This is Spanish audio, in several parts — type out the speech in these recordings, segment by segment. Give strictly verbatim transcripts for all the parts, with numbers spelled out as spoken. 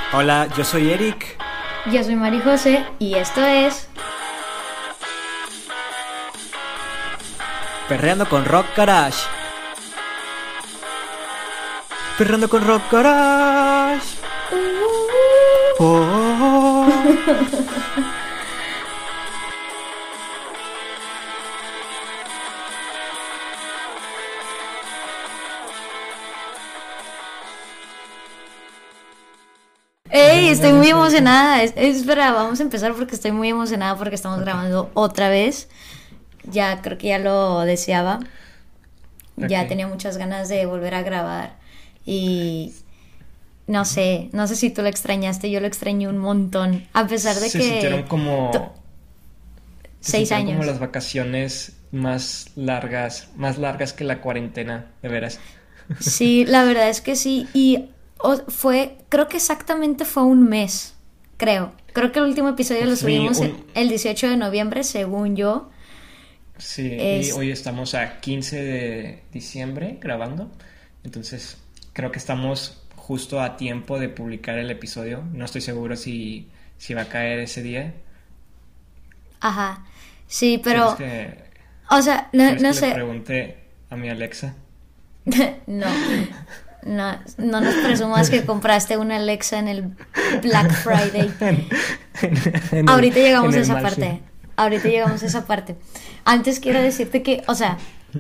Hola, yo soy Eric. Yo soy Mari José y esto es Perreando con Rock Garage. Perreando con Rock Garage. Oh, oh, oh. ¡Ey! Estoy muy emocionada. Es- Espera, vamos a empezar porque estoy muy emocionada porque estamos grabando otra vez. Ya creo que ya lo deseaba. Ya Ok. tenía muchas ganas de volver a grabar. Y no sé, no sé si tú lo extrañaste, yo lo extrañé un montón. A pesar de Se que sintieron como to- se seis sintieron como años. las vacaciones más largas, más largas que la cuarentena, de veras. Sí, la verdad es que sí. Y o- fue, creo que exactamente fue un mes, creo. Creo que el último episodio lo Sí, subimos el, un- el dieciocho de noviembre, según yo. Sí, y Es, hoy estamos a quince de diciembre grabando, entonces creo que estamos justo a tiempo de publicar el episodio. No estoy seguro si, si va a caer ese día. ajá. Sí, ¿Quieres pero, que, o sea, no, quieres no que le sé. pregunte a mi Alexa? No, no, no nos presumas que compraste una Alexa en el Black Friday. En, en el, Ahorita llegamos en a el esa margen. parte. Ahorita llegamos a esa parte. Antes quiero decirte que, o sea,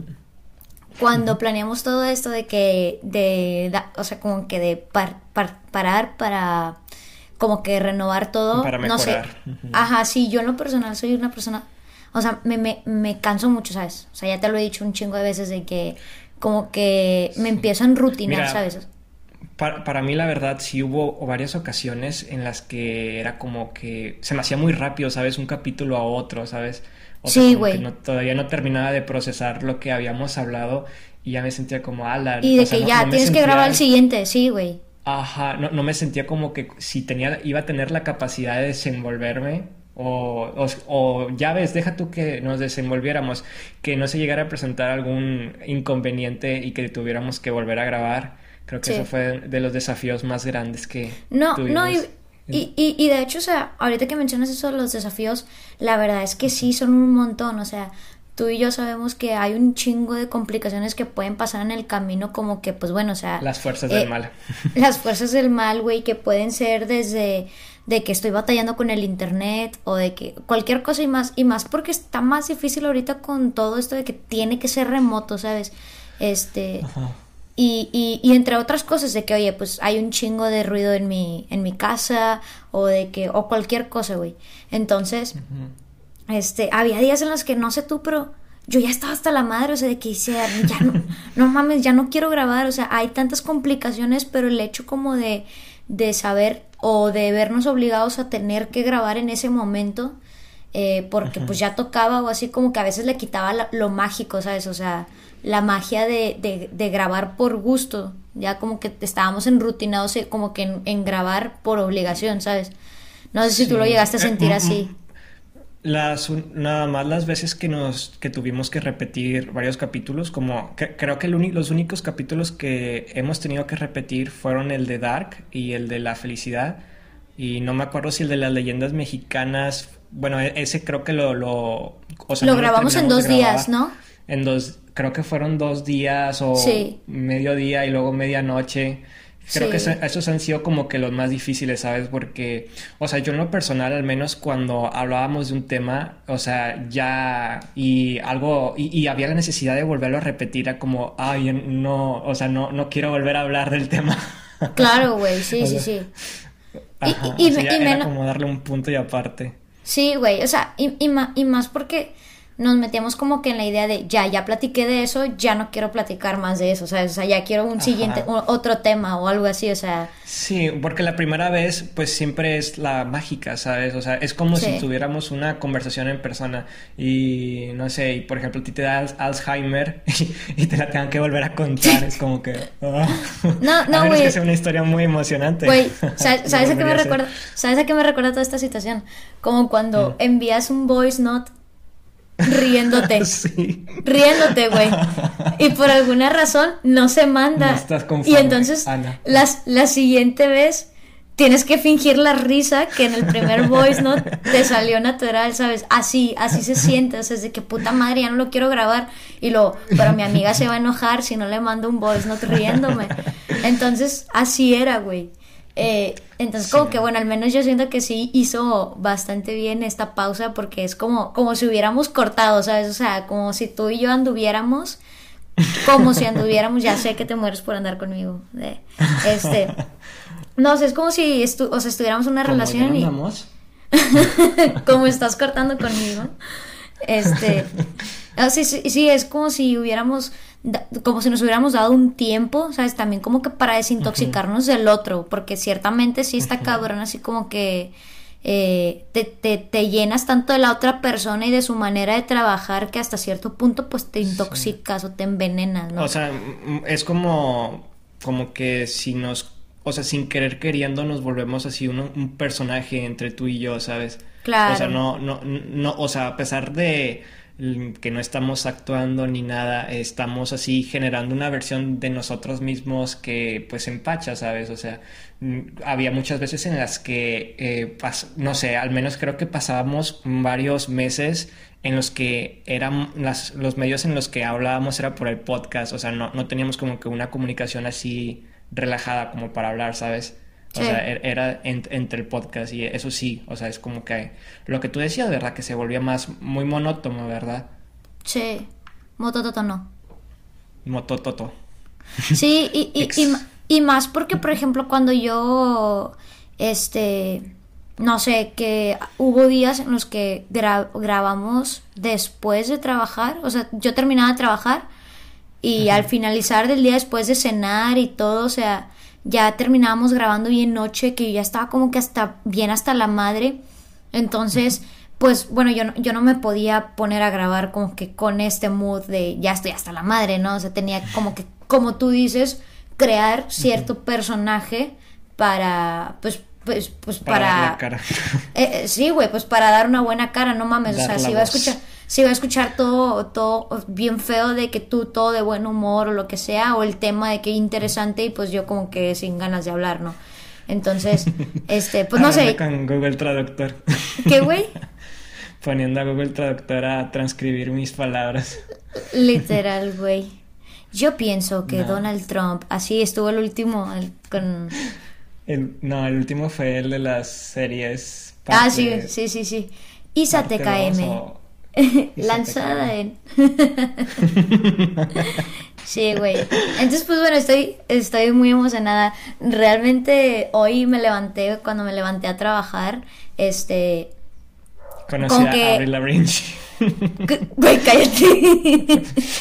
cuando planeamos todo esto de que, de, da- o sea, como que de par- par- parar para, como que renovar todo, Para no sé. mejorar. Ujú. Ajá, sí, yo en lo personal soy una persona, o sea, me, me, me canso mucho, ¿sabes? O sea, ya te lo he dicho un chingo de veces de que, como que me empiezo a enrutinar, Mira, ¿sabes? Para, para mí la verdad sí hubo varias ocasiones en las que era como que se me hacía muy rápido, ¿sabes? Un capítulo a otro, ¿sabes? O sea, Sí, como que güey. no, todavía no terminaba de procesar lo que habíamos hablado y ya me sentía como, ala, Y o de sea, que no, ya no me tienes que grabar el sentía, siguiente, sí, güey. ajá, no, no me sentía como que si tenía, iba a tener la capacidad de desenvolverme o, o, o ya ves, deja tú que nos desenvolviéramos, que no se llegara a presentar algún inconveniente y que tuviéramos que volver a grabar. Creo que eso Sí. fue de los desafíos más grandes que No, no, y, tuvimos. y, y, y de hecho, o sea, ahorita que mencionas eso de los desafíos, la verdad es que sí son un montón, o sea, tú y yo sabemos que hay un chingo de complicaciones que pueden pasar en el camino, como que, pues bueno, o sea, Las fuerzas eh, del mal. las fuerzas del mal, güey, que pueden ser desde de que estoy batallando con el internet o de que cualquier cosa y más, y más porque está más difícil ahorita con todo esto de que tiene que ser remoto, ¿sabes? Este, Ajá. y, y, y entre otras cosas de que, oye, pues hay un chingo de ruido en mi, en mi casa o de que, o cualquier cosa, güey. Entonces, Ujú. este, había días en los que no sé tú, pero yo ya estaba hasta la madre, o sea, de que decía, ya no, no mames, ya no quiero grabar, o sea, hay tantas complicaciones, pero el hecho como de, de saber o de vernos obligados a tener que grabar en ese momento, eh, porque pues ya tocaba o así como que a veces le quitaba la- lo mágico, ¿sabes? O sea, la magia de, de, de grabar por gusto, ya como que estábamos enrutinados eh, como que en, en grabar por obligación, ¿sabes? No sé si tú lo Sí. llegaste a Eh, sentir mm, así. mm. Las, un- nada más las veces que nos que tuvimos que repetir varios capítulos, como que- creo que el uni- los únicos capítulos que hemos tenido que repetir fueron el de Dark y el de la felicidad. Y no me acuerdo si el de las leyendas mexicanas, bueno, e- ese creo que lo, lo o sea, Lo no lo grabamos en terminamos dos de días, grabar. ¿no? En dos, creo que fueron dos días o Sí, mediodía y luego medianoche. Creo que eso- sí, esos han sido como que los más difíciles, ¿sabes? Porque, o sea, yo en lo personal, al menos cuando hablábamos de un tema, o sea, ya y algo, y, y había la necesidad de volverlo a repetir, era como, ay, no, o sea, no, no quiero volver a hablar del tema. claro, güey, sí, O sí, sea, sí. Y, ajá, y, y, o sea, me- ya y era menos, como darle un punto y aparte. sí, güey, o sea, y, y, ma- y más porque nos metíamos como que en la idea de, ya, ya platiqué de eso, ya no quiero platicar más de eso, ¿sabes? O sea, ya quiero un siguiente, Ajá. o- otro tema o algo así, o sea, Sí, porque la primera vez pues siempre es la mágica, ¿sabes? O sea, es como si sí. tuviéramos una conversación en persona y no sé, y por ejemplo a ti te da Al- Alzheimer y, y te la tengan que volver a contar, es como que... ah. No, A no, menos que güey, sea una historia muy emocionante. güey, ¿sabes, Lo sabes a qué me volvería a hacer. recuerda? ¿Sabes a qué me recuerda toda esta situación? Como cuando Mm. envías un voice note riéndote. Sí. Riéndote, güey. Y por alguna razón no se No manda. estás Y conforme, entonces Ana. las, la siguiente vez tienes que fingir la risa que en el primer voice note te salió natural, ¿sabes? Así, así se siente, o sea, es de que puta madre, ya no lo quiero grabar. Y lo, pero mi amiga se va a enojar si no le mando un voice note riéndome. Entonces, así era, güey. Eh, entonces, como Sí. que, bueno, al menos yo siento que sí hizo bastante bien esta pausa porque es como, como si hubiéramos cortado, ¿sabes? O sea, como si tú y yo anduviéramos, como si anduviéramos, ya sé que te mueres por andar conmigo. eh, Este, no sé, es como si estu o sea, estuviéramos en una Como ya relación no y andamos. como estás cortando conmigo. Este, ah, sí, sí, sí, es como si hubiéramos, da- como si nos hubiéramos dado un tiempo, ¿sabes? También como que para desintoxicarnos del otro, porque ciertamente sí está cabrón, así como que eh, te, te, te llenas tanto de la otra persona y de su manera de trabajar que hasta cierto punto pues te intoxicas o te envenenas, ¿no? O sea, mm, es como, como que si nos, o sea, sin querer queriendo nos volvemos así uno- un personaje entre tú y yo, ¿sabes? Claro. O sea, no, no, no, o sea, a pesar de mm, que no estamos actuando ni nada, estamos así generando una versión de nosotros mismos que pues empacha, ¿sabes? O sea, mm, había muchas veces en las que, eh, pas- no sé, al menos creo que pasábamos varios meses en los que eran las, los medios en los que hablábamos era por el podcast, o sea, no, no teníamos como que una comunicación así relajada como para hablar, ¿sabes? O Sí. sea, er- era en- entre el podcast y eso sí, o sea, es como que lo que tú decías, ¿verdad? Que se volvía más muy monótono, ¿verdad? Sí, motototo no. Motototo. Sí, y, y, Ex. y, ma- y más porque, por ejemplo, cuando yo, este, no sé, que hubo días en los que gra- grabamos después de trabajar, o sea, yo terminaba de trabajar y al finalizar del día después de cenar y todo, o sea, ya terminábamos grabando bien noche, que yo ya estaba como que hasta bien hasta la madre. Entonces, pues bueno, yo no, yo no me podía poner a grabar como que con este mood de ya estoy hasta la madre, ¿no? O sea, tenía como que, como tú dices, crear cierto personaje para, pues, pues, pues Para para... dar la cara. Eh, eh, sí, güey, pues para dar una buena cara, no mames, o Dar sea, la si iba a voz. escuchar, si iba a escuchar todo, todo bien feo de que tú todo de buen humor o lo que sea, o el tema de que interesante y pues yo como que sin ganas de hablar, ¿no? Entonces, este, pues no Hablando sé, con Google Traductor. ¿qué güey? Poniendo a Google Traductor a transcribir mis palabras. Literal, güey. Yo pienso que No. Donald Trump, así estuvo el último el- con... El- no, el último fue el de las series. Ah, parte- sí, sí, sí, sí. ISA parte T K M. dos o- Lanzada en... Sí, güey. Entonces, pues bueno, estoy, estoy muy emocionada. Realmente hoy me levanté, cuando me levanté a trabajar, este... Conocí Como a que- Avril Lavigne. G- Güey, cállate.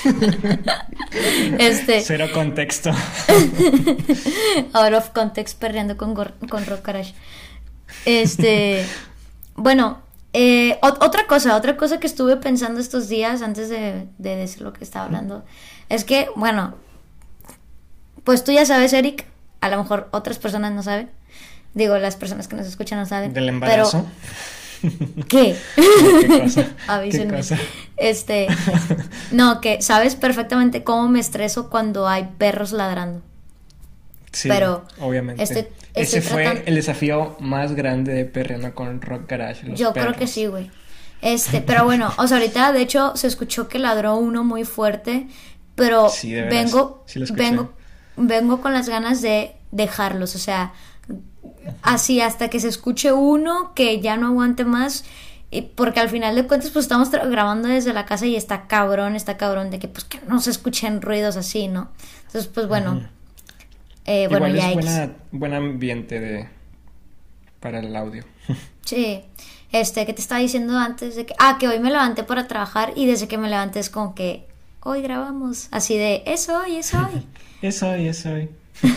Este, Cero contexto. out of context, perreando con, gor- con Rock Garage. Este, bueno, eh, ot- otra cosa, otra cosa que estuve pensando estos días antes de, de decir lo que estaba hablando, es que, bueno, pues tú ya sabes, Eric, a lo mejor otras personas no saben, digo, las personas que nos escuchan no saben, Del embarazo. pero, ¿qué? ¿Qué cosa? Avísenme. ¿Qué cosa? Este, no, que sabes perfectamente cómo me estreso cuando hay perros ladrando. Sí, Pero obviamente. estoy- Ese estoy fue tratan- el desafío más grande de Perreando con Rock Garage. Los Yo creo perros. que sí, güey. Este, pero bueno, o sea, ahorita de hecho se escuchó que ladró uno muy fuerte, pero Sí, de veras, vengo, sí lo escuché. vengo, vengo con las ganas de dejarlos, o sea, así hasta que se escuche uno que ya no aguante más, y porque al final de cuentas pues estamos tra- grabando desde la casa y está cabrón, está cabrón de que pues que no se escuchen ruidos así, ¿no? Entonces pues bueno, Ujú. eh, bueno Igual ya es X. buena, buen ambiente de para el audio. Sí, este, que te estaba diciendo antes de que, ah, que hoy me levanté para trabajar y desde que me levanté es como que, hoy grabamos, así de, es hoy, es hoy. Es hoy, es hoy.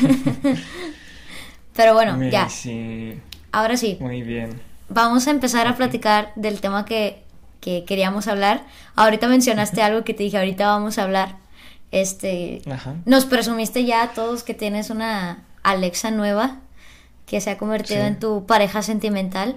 Pero bueno, Mira, ya, sí, ahora sí, muy bien. vamos a empezar a platicar del tema que, que queríamos hablar. Ahorita mencionaste algo que te dije, ahorita vamos a hablar. Este, Ajá. nos presumiste ya a todos que tienes una Alexa nueva que se ha convertido Sí. en tu pareja sentimental.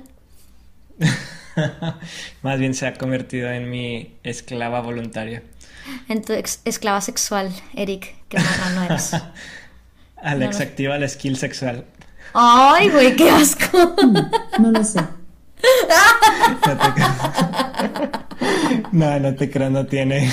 Más bien se ha convertido en mi esclava voluntaria. En tu ex- esclava sexual, Eric, que marrano eres. Alex, No, no. activa la skill sexual. Ay, güey, qué asco. No lo sé. No te creas. No, no te creas, no tiene.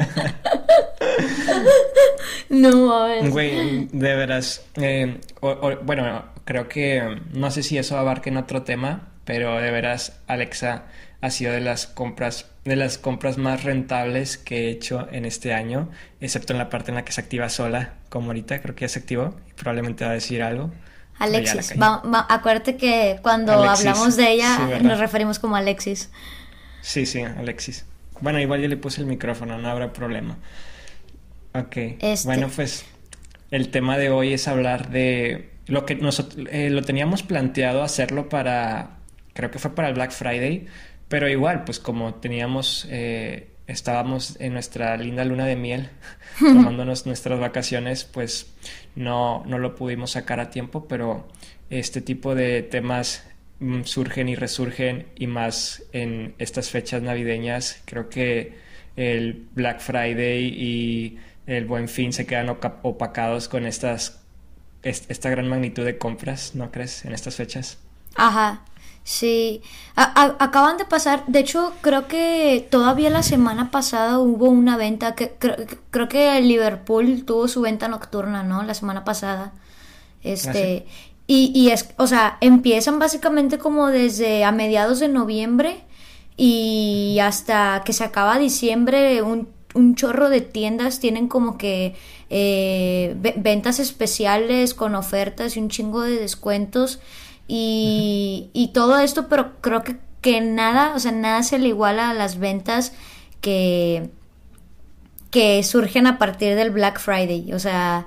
No mames. Güey, de veras. eh, o- o- bueno, creo que no sé si eso abarca en otro tema, pero de veras, Alexa ha sido de las compras, de las compras más rentables que he hecho en este año, excepto en la parte en la que se activa sola, como ahorita, creo que ya se activó, y probablemente va a decir algo. pero ya la Alexis, cagué. va- va- acuérdate que cuando Alexis, hablamos de ella sí, ¿verdad? nos referimos como Alexis. Sí, sí, Alexis. Bueno, igual yo le puse el micrófono, no habrá problema. Ok, Este- bueno, pues el tema de hoy es hablar de lo que nosotros lo teníamos planteado hacerlo para, creo que fue para el Black Friday, pero igual, pues como teníamos, eh, estábamos en nuestra linda luna de miel, tomándonos nuestras vacaciones, pues no, no lo pudimos sacar a tiempo, pero este tipo de temas mm, surgen y resurgen y más en estas fechas navideñas. Creo que el Black Friday y el Buen Fin se quedan oca- opacados con estas es- esta gran magnitud de compras, ¿no crees? En estas fechas. Ajá, sí. A- a- acaban de pasar, de hecho, creo que todavía la semana pasada hubo una venta, que creo, creo que Liverpool tuvo su venta nocturna, ¿no? La semana pasada. Este, y, y es, o sea, empiezan básicamente como desde a mediados de noviembre y hasta que se acaba diciembre, un, un chorro de tiendas tienen como que eh, ve- ventas especiales con ofertas y un chingo de descuentos y, y todo esto, pero creo que, que nada, o sea, nada se le iguala a las ventas que, que surgen a partir del Black Friday, o sea,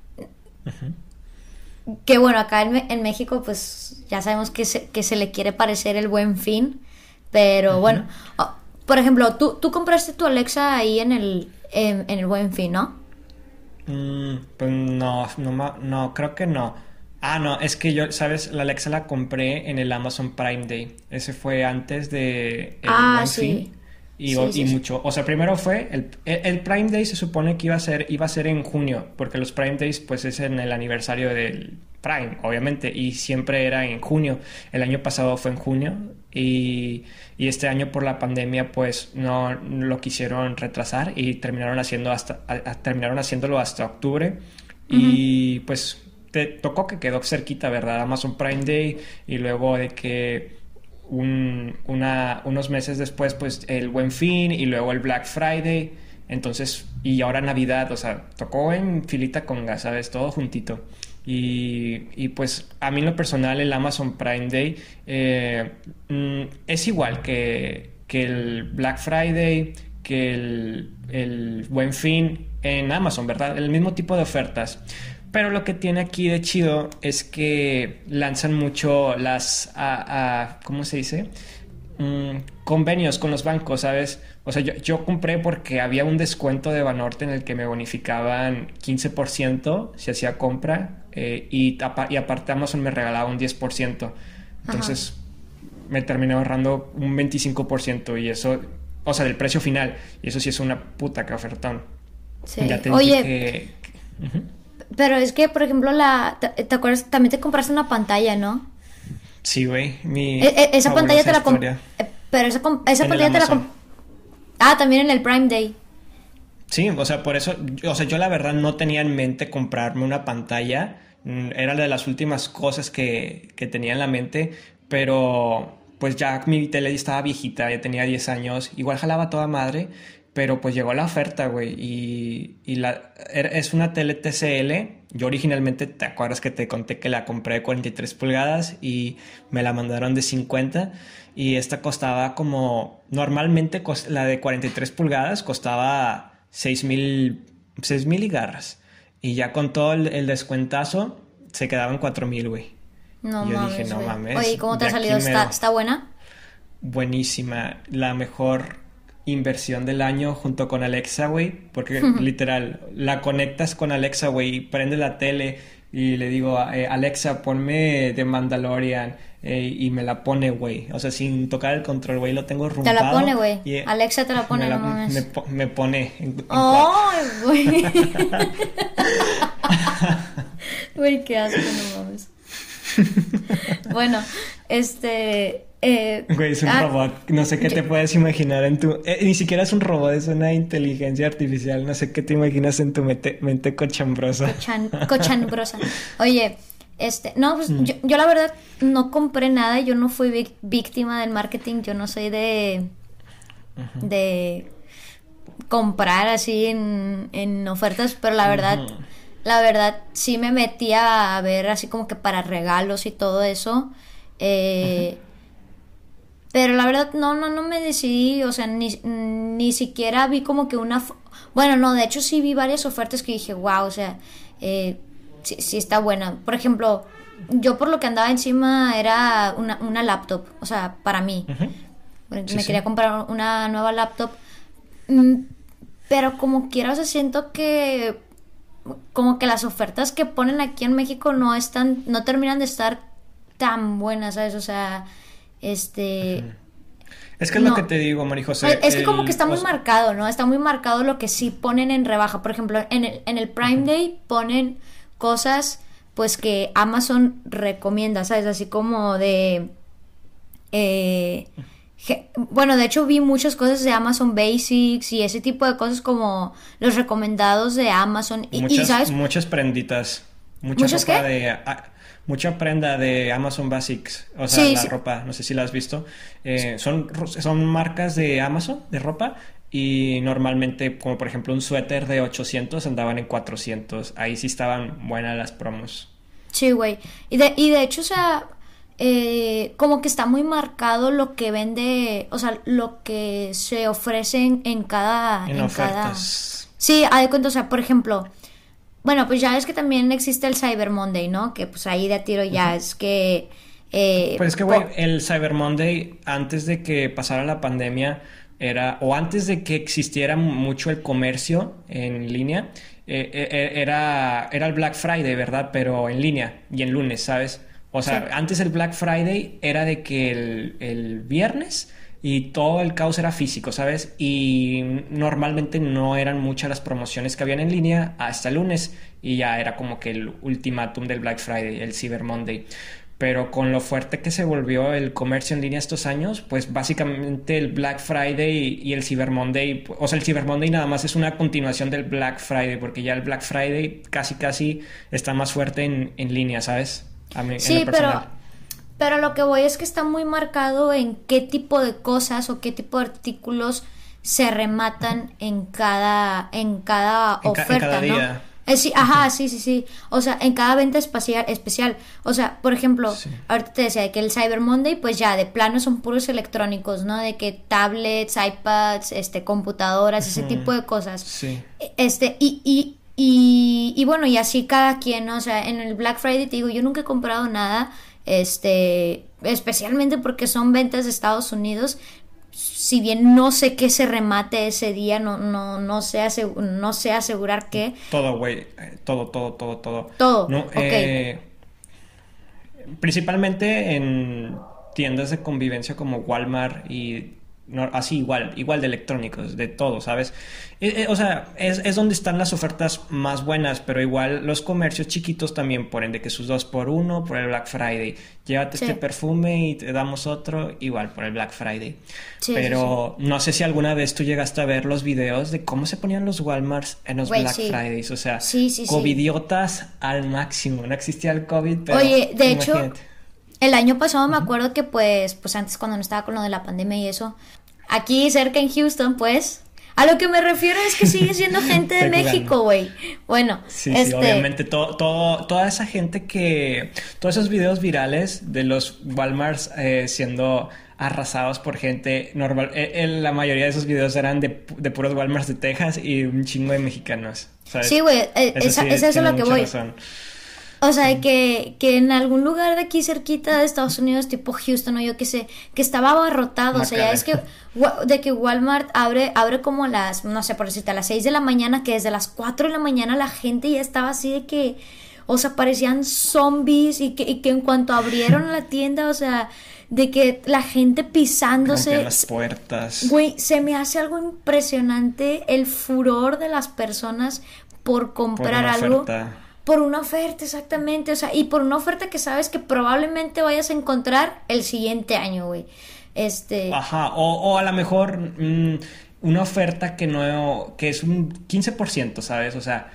que bueno, acá en, Me- en México pues ya sabemos que se, que se le quiere parecer el Buen Fin, pero bueno, oh, por ejemplo, tú, tú compraste tu Alexa ahí en el, en, en el Buen Fin, ¿no? Mm, pues no, no, ma- no, creo que no. Ah, no, es que yo, ¿sabes? La Alexa la compré en el Amazon Prime Day. Ese fue antes de el Ah, Buen sí. Fin. Y, Sí, o- sí, y sí. mucho, o sea, primero fue el, el, el Prime Day se supone que iba a ser, iba a ser en junio, porque los Prime Days pues es en el aniversario del Prime, obviamente, y siempre era en junio. El año pasado fue en junio y, y este año por la pandemia pues no lo quisieron retrasar y terminaron haciendo hasta, a- a- terminaron haciéndolo hasta octubre y pues te tocó que quedó cerquita, ¿verdad? Amazon Prime Day y luego de que un- una, unos meses después, pues el Buen Fin y luego el Black Friday. Entonces, y ahora Navidad, o sea, tocó en filita conga, ¿sabes? Todo juntito. Y, y pues a mí en lo personal el Amazon Prime Day eh, mm, es igual que, que el Black Friday, que el, el Buen Fin en Amazon, ¿verdad? El mismo tipo de ofertas. Pero lo que tiene aquí de chido es que lanzan mucho las, a, a- ¿cómo se dice? Mm, convenios con los bancos, ¿sabes? O sea, yo, yo compré porque había un descuento de Banorte en el que me bonificaban quince por ciento si hacía compra eh, y, apa- y aparte Amazon me regalaba un diez por ciento. Entonces me terminé ahorrando un veinticinco por ciento y eso, o sea, del precio final. Y eso sí es una puta que ofertón. Sí. Ya te Oye, dije que... Ujú. pero es que, por ejemplo, la, te, ¿te acuerdas? También te compraste una pantalla, ¿no? Sí, güey, mi E- e- esa pantalla te la fabulosa comp- historia. eh, pero esa, com- esa En el pantalla te la Amazon. comp- Ah, también en el Prime Day. Sí, o sea, por eso, o sea, yo la verdad no tenía en mente comprarme una pantalla, mm, era de las últimas cosas que, que tenía en la mente, pero pues ya mi tele estaba viejita, ya tenía diez años, igual jalaba toda madre, pero pues llegó la oferta, güey, y, y la, era- es una tele T C L, yo originalmente, ¿te acuerdas que te conté que la compré de cuarenta y tres pulgadas y me la mandaron de cincuenta? Y esta costaba como, normalmente cos- la de cuarenta y tres pulgadas costaba seis mil, seis mil y garras. Y ya con todo el, el descuentazo se quedaban cuatro mil, güey. No Y yo mames, dije, no güey. mames, Oye, ¿y cómo te de ha aquí salido? ¿Está, mero. está buena? Buenísima, la mejor inversión del año junto con Alexa, güey, porque literal, la conectas con Alexa, güey, y prende la tele y le digo, eh, Alexa, ponme The Mandalorian eh, y me la pone, güey, o sea, sin tocar el control, güey, lo tengo Te rumbado. la pone, güey. y, eh, Alexa te la pone, me, la- no mames. me po- me pone en, en ¡Ay, güey! Güey, qué asco, no mames. Bueno, este... Eh, Güey, es un ah, robot. No sé qué yo- te puedes imaginar en tu... eh, ni siquiera es un robot, es una inteligencia artificial. No sé qué te imaginas en tu mente, mente cochambrosa. Cochan, cochambrosa. Oye, este, no, pues yo, yo la verdad no compré nada, yo no fui vic- víctima del marketing, yo no soy de, de comprar así en, en ofertas, pero la verdad, Ujú. la verdad sí me metí a ver así como que para regalos y todo eso. Eh, pero la verdad no, no, no me decidí, o sea, ni, ni siquiera vi como que una... fo- Bueno, no, de hecho sí vi varias ofertas que dije, wow, o sea, eh, sí, sí está buena. Por ejemplo, yo por lo que andaba encima era una, una laptop, o sea, para mí. Ujú. Porque Sí, me sí. quería comprar una nueva laptop. Mm, Pero como quiera, o sea, siento que como que las ofertas que ponen aquí en México no están, no terminan de estar tan buenas, ¿sabes? O sea, este... Es que es No. lo que te digo, María José. Es que como el- que está o muy sea, marcado, ¿no? Está muy marcado lo que sí ponen en rebaja. Por ejemplo, en el, en el Prime Day ponen cosas pues que Amazon recomienda, ¿sabes? Así como de... eh, ge- bueno, de hecho vi muchas cosas de Amazon Basics y ese tipo de cosas como los recomendados de Amazon. Y, y, muchas, ¿sabes? muchas prenditas. Mucha ¿Muchas ropa qué? de... ah, mucha prenda de Amazon Basics. O sea, Sí, la sí. ropa, no sé si la has visto. Eh, son, ro- son marcas de Amazon, de ropa. Y normalmente, como por ejemplo un suéter de ochocientos andaban en cuatrocientos. Ahí sí estaban buenas las promos. Sí, güey. Y de, y de hecho, o sea, eh, como que está muy marcado lo que vende, o sea, lo que se ofrece en, en cada... En en cada... ofertas. Sí, haz de cuenta, o sea, por ejemplo, bueno, pues ya es que también existe el Cyber Monday, ¿no? Que pues ahí de a tiro ya es que... eh, Pues es que, güey, po- el Cyber Monday, antes de que pasara la pandemia, era, o antes de que existiera mucho el comercio en línea, eh, eh, era, era el Black Friday, ¿verdad? Pero en línea y en lunes, ¿sabes? O sea, Sí. antes el Black Friday era de que el, el viernes y todo el caos era físico, ¿sabes? Y normalmente no eran muchas las promociones que habían en línea hasta el lunes y ya era como que el ultimátum del Black Friday, el Cyber Monday. Pero con lo fuerte que se volvió el comercio en línea estos años, pues básicamente el Black Friday y el Cyber Monday, o sea, el Cyber Monday nada más es una continuación del Black Friday, porque ya el Black Friday casi casi está más fuerte en, en línea, ¿sabes? A mí, en Sí, lo pero, personal. pero lo que voy es que está muy marcado en qué tipo de cosas o qué tipo de artículos se rematan en cada, en cada En ca- en oferta, cada ¿no? día. Eh, sí, ajá, sí, sí, sí. O sea, en cada venta espacial, especial. O sea, por ejemplo, Sí. ahorita te decía que el Cyber Monday, pues ya de plano son puros electrónicos, ¿no? De que tablets, iPads, este, computadoras, ese Ujú. tipo de cosas. Sí. Este, y, y, y, y bueno, y así cada quien, ¿no? O sea, en el Black Friday te digo, yo nunca he comprado nada, este, especialmente porque son ventas de Estados Unidos. Si bien no sé qué se remate ese día, no, no, no sé, asegu- no sé asegurar qué. Todo, güey. eh, Todo, todo, todo, todo. Todo, No, ok. eh, principalmente en tiendas de convivencia como Walmart y no, así igual, igual de electrónicos, de todo, ¿sabes? Eh, eh, o sea, es, es donde están las ofertas más buenas, pero igual los comercios chiquitos también ponen de que sus dos por uno por el Black Friday. Llévate Sí. este perfume y te damos otro, igual por el Black Friday. Sí, Pero no sé si alguna vez tú llegaste a ver los videos de cómo se ponían los Walmarts en los Güey, Black sí. Fridays. O sea, Sí, sí, sí. covidiotas al máximo. No existía el COVID, pero Oye, de hecho, imagínate. el año pasado me acuerdo que pues, pues antes cuando no estaba con lo de la pandemia y eso, aquí cerca en Houston, pues, a lo que me refiero es que sigue siendo gente de Estoy México, jugando. güey. Bueno, Sí, este, sí, obviamente todo, todo, toda esa gente que, todos esos videos virales de los Walmarts eh, siendo arrasados por gente normal, eh, eh, la mayoría de esos videos eran de, de puros Walmarts de Texas y un chingo de mexicanos, ¿sabes? sí, güey, eh, Eso esa, sí, esa es a tiene lo que mucha voy. razón. O sea, de que, que en algún lugar de aquí cerquita de Estados Unidos, tipo Houston o yo qué sé, que estaba abarrotado. O sea, ya es que wa- de que Walmart abre, abre como a las, no sé, por decirte, a las seis de la mañana, que desde las cuatro de la mañana la gente ya estaba así de que, o sea, parecían zombies y que, y que en cuanto abrieron la tienda, o sea, de que la gente pisándose. Rompían las puertas. Güey, se me hace algo impresionante el furor de las personas por por comprar una algo. oferta. Por una oferta, exactamente. O sea, y por una oferta que sabes que probablemente vayas a encontrar el siguiente año, güey. Este. Ajá, o, o a lo mejor mmm, una oferta que no, que es un quince por ciento, ¿sabes? O sea,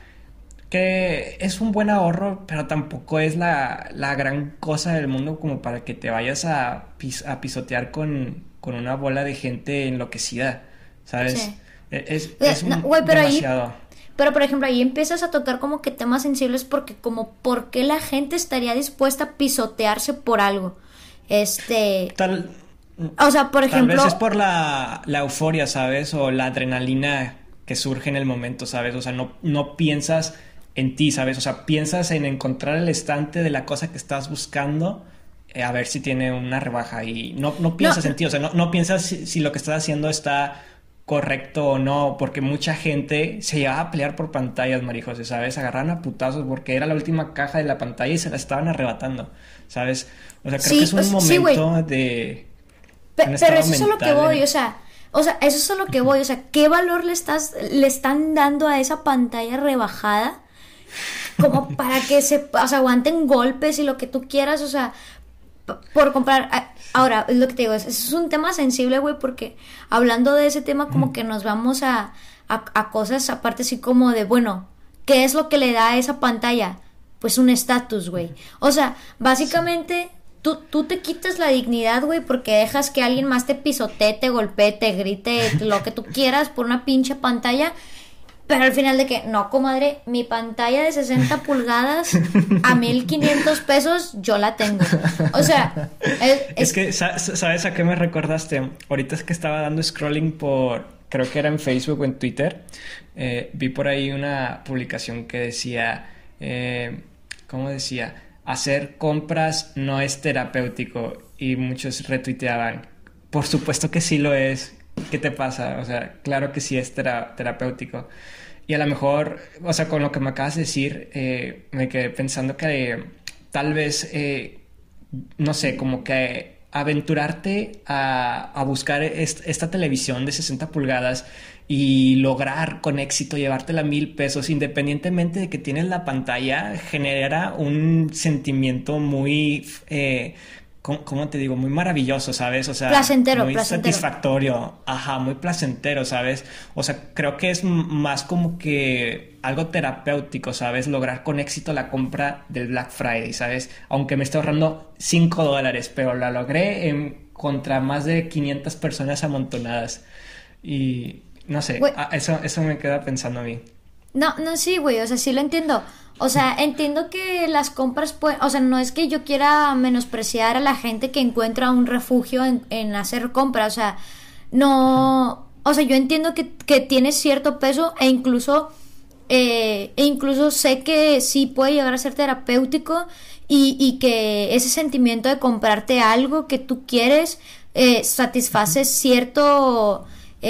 que es un buen ahorro, pero tampoco es la, la gran cosa del mundo como para que te vayas a, pis, a pisotear con, con una bola de gente enloquecida, ¿sabes? Sí. Es, O sea, es no, un, güey, pero demasiado. ahí, pero por ejemplo, ahí empiezas a tocar como que temas sensibles porque como, ¿por qué la gente estaría dispuesta a pisotearse por algo? Este, Tal, o sea, por tal ejemplo, vez es por la, la euforia, ¿sabes? O la adrenalina que surge en el momento, ¿sabes? O sea, no, no piensas en ti, ¿sabes? O sea, piensas en encontrar el estante de la cosa que estás buscando, eh, a ver si tiene una rebaja y no, no piensas no, en ti, o sea, no, no piensas si, si lo que estás haciendo está correcto o no, porque mucha gente se llevaba a pelear por pantallas, Marijose, ¿sabes? Agarraban a putazos porque era la última caja de la pantalla y se la estaban arrebatando, ¿sabes? O sea, creo sí, que es un o- sí, güey. momento de... Pe- un pero estado eso es a lo que mental voy, en- o sea, o sea, eso es a lo que voy, o sea, ¿qué valor le estás, le están dando a esa pantalla rebajada? Como para que se, o sea, aguanten golpes y lo que tú quieras, o sea, p- por comprar. a- Ahora, es lo que te digo, es, es un tema sensible, güey, porque hablando de ese tema, como que nos vamos a, a, a cosas aparte, así como de, bueno, ¿qué es lo que le da a esa pantalla? Pues un estatus, güey. O sea, básicamente. Tú, tú te quitas la dignidad, güey, porque dejas que alguien más te pisotee, te golpee, te grite, lo que tú quieras por una pinche pantalla. Pero al final de que, no, comadre, mi pantalla de sesenta pulgadas a mil quinientos pesos, yo la tengo. O sea, es, Es es- que, sa- ¿sabes a qué me recordaste? Ahorita es que estaba dando scrolling por, creo que era en Facebook o en Twitter, eh, vi por ahí una publicación que decía, eh, ¿cómo decía? Hacer compras no es terapéutico y muchos retuiteaban. Por supuesto que sí lo es. ¿Qué te pasa? O sea, claro que sí es tera- terapéutico. Y a lo mejor, o sea, con lo que me acabas de decir, eh, me quedé pensando que eh, tal vez, eh, no sé, como que aventurarte a, a buscar est- esta televisión de sesenta pulgadas y lograr con éxito llevártela a mil pesos, independientemente de que tienes la pantalla, genera un sentimiento muy, eh, ¿cómo, cómo te digo? Muy maravilloso, ¿sabes? O sea, Placentero, muy placentero. satisfactorio, ajá, muy placentero, ¿sabes? O sea, creo que es m- más como que algo terapéutico, ¿sabes? Lograr con éxito la compra del Black Friday, ¿sabes? Aunque me esté ahorrando cinco dólares, pero la logré en, contra más de quinientas personas amontonadas. Y no sé, Güey. a- eso, eso me queda pensando a mí. No, no, sí, güey, o sea, sí lo entiendo. O sea, entiendo que las compras pueden, o sea, no es que yo quiera menospreciar a la gente que encuentra un refugio en, en hacer compras, o sea, no, o sea, yo entiendo que, que tiene cierto peso e incluso, eh, e incluso sé que sí puede llegar a ser terapéutico y, y que ese sentimiento de comprarte algo que tú quieres eh, satisface cierto...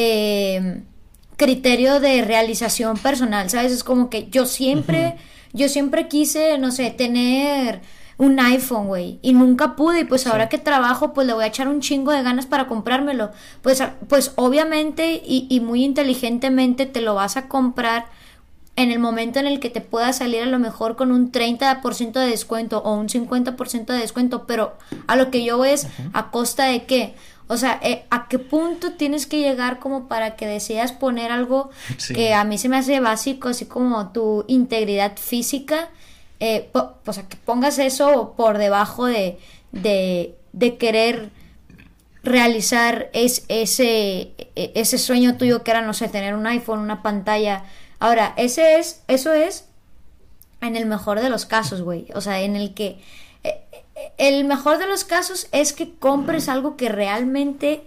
Eh, criterio de realización personal, ¿sabes? Es como que yo siempre, yo siempre quise, no sé, tener un iPhone, güey, y nunca pude, y pues Sí. ahora que trabajo, pues le voy a echar un chingo de ganas para comprármelo. Pues, a- pues obviamente y, y muy inteligentemente te lo vas a comprar en el momento en el que te pueda salir a lo mejor con un treinta por ciento de descuento o un cincuenta por ciento de descuento, pero a lo que yo voy es a costa de qué. O sea, eh, ¿a qué punto tienes que llegar como para que decidas poner algo Sí. que a mí se me hace básico, así como tu integridad física? Eh, po- o sea, que pongas eso por debajo de, de, de querer realizar es, ese, e- ese sueño tuyo que era, no sé, tener un iPhone, una pantalla. Ahora, ese es, eso es en el mejor de los casos, güey. O sea, en el que... eh, eh, el mejor de los casos es que compres algo que realmente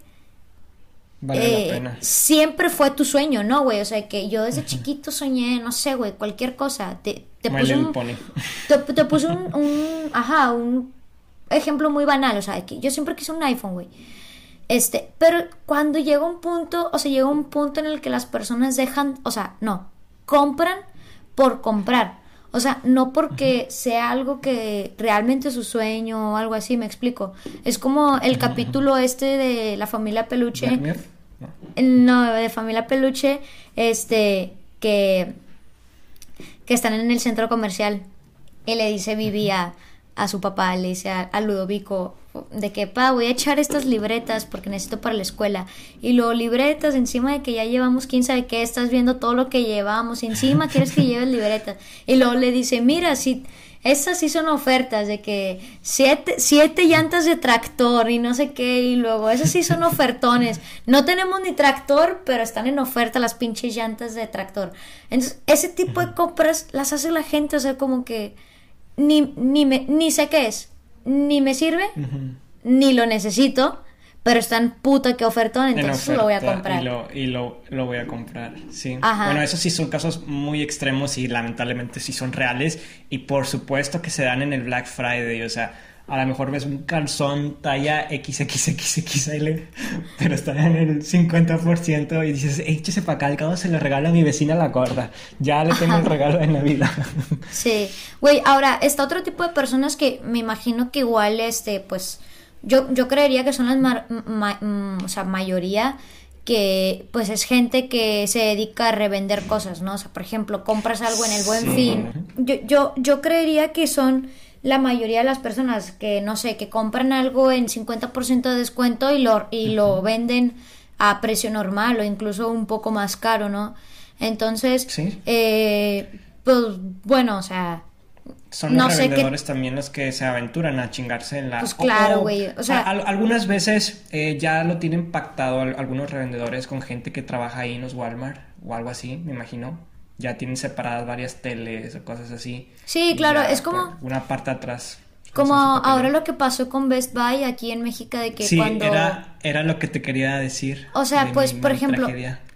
Vale eh, la pena. siempre fue tu sueño, ¿no, güey? O sea, que yo desde chiquito soñé, no sé, güey, cualquier cosa. Te, te My puse Little un, Pony. te, te puse un, un, ajá, un ejemplo muy banal, o sea, que yo siempre quise un iPhone, güey. Este, pero cuando llega un punto, o sea, llega un punto en el que las personas dejan, o sea, no, compran por comprar. O sea, no porque sea algo que realmente es su sueño o algo así, me explico. Es como el capítulo este de la familia Peluche. ¿Black Mirror? No. No, de familia Peluche, este, que, que están en el centro comercial Y le dice Vivi a, a su papá, le dice a, a Ludovico, de que, pa, voy a echar estas libretas porque necesito para la escuela. Y luego libretas, encima de que ya llevamos quién sabe qué, estás viendo todo lo que llevamos, encima quieres que lleves libretas. Y luego le dice, mira, si estas sí son ofertas, de que siete, siete llantas de tractor y no sé qué, y luego esas sí son ofertones. No tenemos ni tractor, pero están en oferta las pinches llantas de tractor. Entonces, ese tipo de compras las hace la gente, o sea, como que ni, ni, me, ni sé qué es. Ni me sirve, uh-huh. ni lo necesito, pero está en puta que ofertón, entonces en oferta, lo voy a comprar. Y, lo, y lo, lo voy a comprar, sí. Ajá. Bueno, esos sí son casos muy extremos y lamentablemente sí son reales. Y por supuesto que se dan en el Black Friday, o sea, a lo mejor ves un calzón talla equis equis equis equis ele, pero está en el cincuenta por ciento y dices, échese para acá, al cabo se le regala a mi vecina la gorda, ya le tengo Ajá. el regalo de Navidad. Sí, güey, ahora, está otro tipo de personas que me imagino que igual, este, pues, yo, yo creería que son las, ma- ma- ma- o sea, mayoría, que pues es gente que se dedica a revender cosas, ¿no? O sea, por ejemplo, compras algo en el Buen sí. Fin, yo, yo, yo creería que son la mayoría de las personas que, no sé, que compran algo en cincuenta por ciento de descuento y lo, y uh-huh. lo venden a precio normal o incluso un poco más caro, ¿no? Entonces, ¿sí? eh, pues, bueno, o sea... Son los no revendedores sé qué... también los que se aventuran a chingarse en la... Pues claro, güey, o, o sea... a, algunas veces eh, ya lo tienen pactado algunos revendedores con gente que trabaja ahí en los Walmart o algo así, me imagino. Ya tienen separadas varias teles o cosas así. Sí, claro, es como... Una parte atrás. Como ahora lo que pasó con Best Buy aquí en México, de que sí, cuando... era, era lo que te quería decir. O sea, pues, por ejemplo...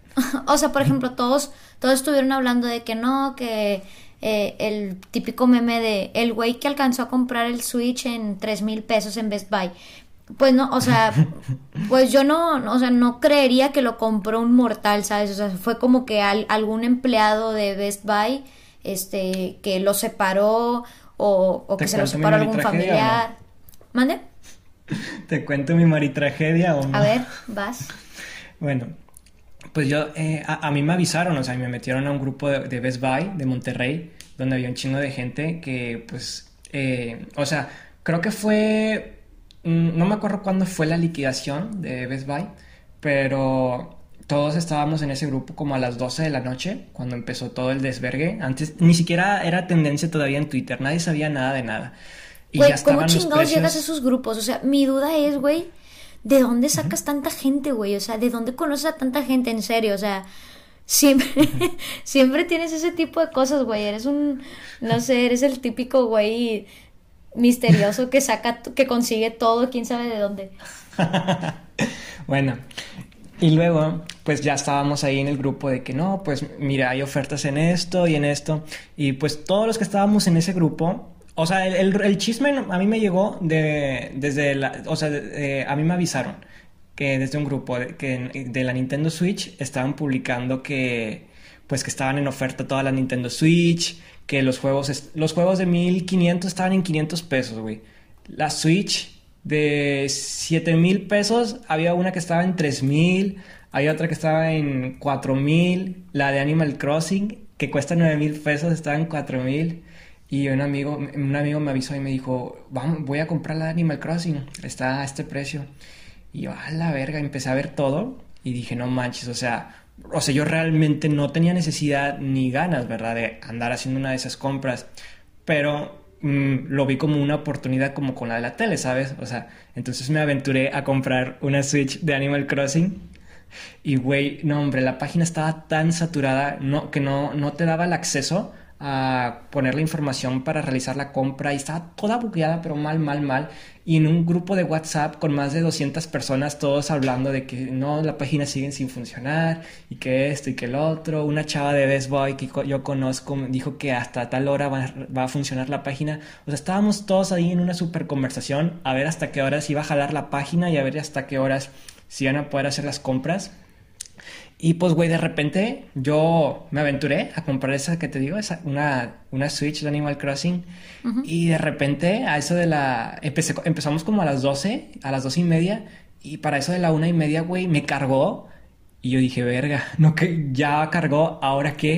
o sea, por ejemplo, todos, todos estuvieron hablando de que no, que... Eh, el típico meme de el güey que alcanzó a comprar el Switch en tres mil pesos en Best Buy. Pues no, o sea, pues yo no, no, o sea, no creería que lo compró un mortal, ¿sabes? O sea, fue como que al, algún empleado de Best Buy, este, que lo separó o, o que se lo separó algún familiar. No? ¿Mande? ¿Te cuento mi maritragedia o no? A ver, vas. Bueno, pues yo, eh, a, a mí me avisaron, o sea, me metieron a un grupo de, de Best Buy de Monterrey, donde había un chingo de gente que, pues, eh, o sea, creo que fue, no me acuerdo cuándo fue la liquidación de Best Buy, pero todos estábamos en ese grupo como a las doce de la noche, cuando empezó todo el desvergue. Antes ni siquiera era tendencia todavía en Twitter, nadie sabía nada de nada. Y güey, ya estaban ¿cómo chingados precios... llegas a esos grupos? O sea, mi duda es, güey, ¿de dónde sacas uh-huh. tanta gente, güey? O sea, ¿de dónde conoces a tanta gente? En serio, o sea, siempre, uh-huh. siempre tienes ese tipo de cosas, güey. Eres un, no sé, eres el típico güey misterioso que saca, que consigue todo, quién sabe de dónde. Bueno, y luego, pues ya estábamos ahí en el grupo de que no, pues mira, hay ofertas en esto y en esto. Y pues todos los que estábamos en ese grupo... O sea, el, el, el chisme a mí me llegó de, desde la... O sea, de, eh, a mí me avisaron que desde un grupo de, que de la Nintendo Switch estaban publicando que... Pues que estaban en oferta toda la Nintendo Switch, que los juegos... Los juegos de mil quinientos estaban en quinientos pesos, güey. La Switch de siete mil pesos, había una que estaba en tres mil, había otra que estaba en cuatro mil, la de Animal Crossing, que cuesta nueve mil pesos, estaba en cuatro mil... Y un amigo, un amigo me avisó y me dijo, vamos, voy a comprar la Animal Crossing, está a este precio. Y yo, a la verga, empecé a ver todo y dije, no manches, o sea, o sea, yo realmente no tenía necesidad ni ganas, ¿verdad?, de andar haciendo una de esas compras. Pero mmm, lo vi como una oportunidad como con la de la tele, ¿sabes? O sea, entonces me aventuré a comprar una Switch de Animal Crossing. Y güey, no hombre, la página estaba tan saturada no, que no, no te daba el acceso a poner la información para realizar la compra y estaba toda bugueada, pero mal, mal, mal. Y en un grupo de WhatsApp con más de doscientas personas, todos hablando de que no, la página sigue sin funcionar y que esto y que el otro. Una chava de Best Buy que yo conozco dijo que hasta tal hora va, va a funcionar la página. O sea, estábamos todos ahí en una super conversación a ver hasta qué horas iba a jalar la página y a ver hasta qué horas se iban a poder hacer las compras. Y pues, güey, de repente yo me aventuré a comprar esa que te digo, esa, una, una Switch de Animal Crossing. Uh-huh. Y de repente, a eso de la... Empecé, empezamos como a las doce, a las doce y media. Y para eso de la una y media, güey, me cargó. Y yo dije, verga, no, que ya cargó, ¿ahora qué?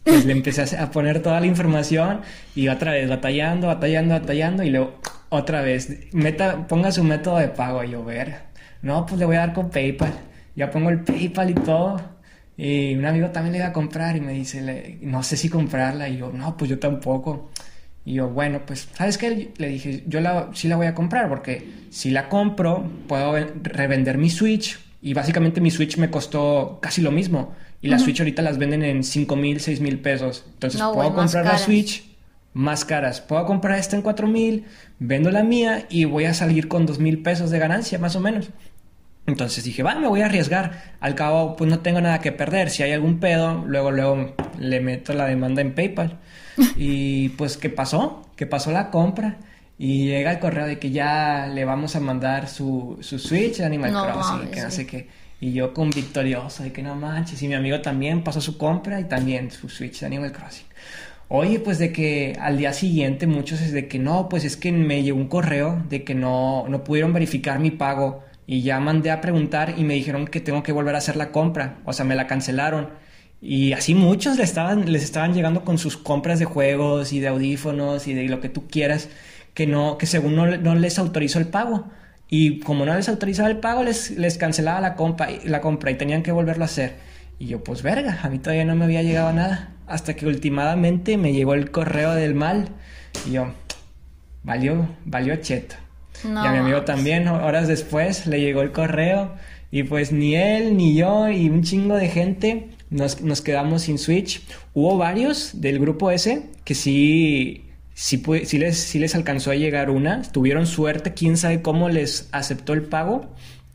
pues le empecé a a poner toda la información y otra vez batallando, batallando, batallando y luego otra vez, meta, ponga su método de pago. Y yo, ver, no, pues le voy a dar con PayPal. Ya pongo el PayPal y todo. Y un amigo también le iba a comprar y me dice, le- no sé si comprarla. Y yo, no, pues yo tampoco. Y yo, bueno, pues, ¿sabes qué? Le dije, yo la, sí la voy a comprar porque si la compro, puedo ven- revender mi Switch. Y básicamente mi Switch me costó casi lo mismo. Y las Ujú. Switch ahorita las venden en cinco mil, seis mil pesos. Entonces No, puedo güey, más comprar la caras. Switch más caras. Puedo comprar esta en cuatro mil, vendo la mía y voy a salir con dos mil pesos de ganancia, más o menos. Entonces dije, va, me voy a arriesgar. Al cabo, pues no tengo nada que perder. Si hay algún pedo, luego, luego le meto la demanda en PayPal. Y pues, ¿qué pasó? Que pasó la compra. Y llega el correo de que ya le vamos a mandar su, su Switch de Animal No Crossing, mames, que no sé güey. qué. Y yo con victorioso, de que no manches. Y mi amigo también pasó su compra y también su Switch de Animal Crossing. Oye, pues de que al día siguiente muchos es de que no, pues es que me llegó un correo de que no, no pudieron verificar mi pago y ya mandé a preguntar y me dijeron que tengo que volver a hacer la compra, o sea, me la cancelaron. Y así muchos les estaban, les estaban llegando con sus compras de juegos y de audífonos y de lo que tú quieras, que no, que según no, no les autorizó el pago. Y como no les autorizaba el pago, les, les cancelaba la compra, la compra y tenían que volverlo a hacer. Y yo, pues verga, a mí todavía no me había llegado nada. Hasta que últimamente me llegó el correo del mal. Y yo, valió, valió cheto. No Y a mi amigo mames. también, horas después, le llegó el correo. Y pues ni él, ni yo, y un chingo de gente nos, nos quedamos sin Switch. Hubo varios del grupo ese que sí, sí, pu- sí les, sí les alcanzó a llegar una. Tuvieron suerte, quién sabe cómo les aceptó el pago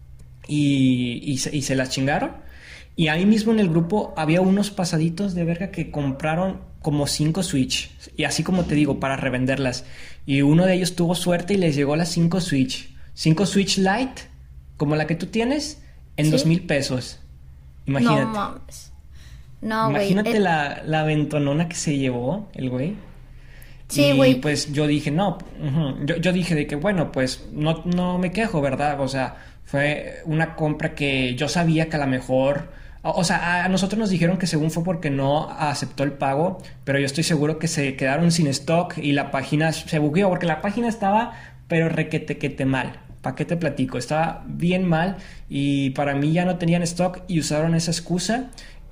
y, y, se, y se las chingaron. Y ahí mismo en el grupo había unos pasaditos de verga que compraron como cinco Switch. Y así como te digo, para revenderlas. Y uno de ellos tuvo suerte y les llegó las cinco Switch. Cinco Switch Lite, como la que tú tienes, en ¿Sí? dos mil pesos. Imagínate. No mames. No, güey. Imagínate eh, la, la ventonona que se llevó el güey. Sí, Y güey. pues yo dije, no, ujú. yo, yo dije de que bueno, pues no, no me quejo, ¿verdad? O sea, fue una compra que yo sabía que a lo mejor, o, o sea, a nosotros nos dijeron que según fue porque no aceptó el pago, pero yo estoy seguro que se quedaron sin stock y la página se bugueó, porque la página estaba, pero requetequete mal. ¿Para qué te platico? Estaba bien mal y para mí ya no tenían stock y usaron esa excusa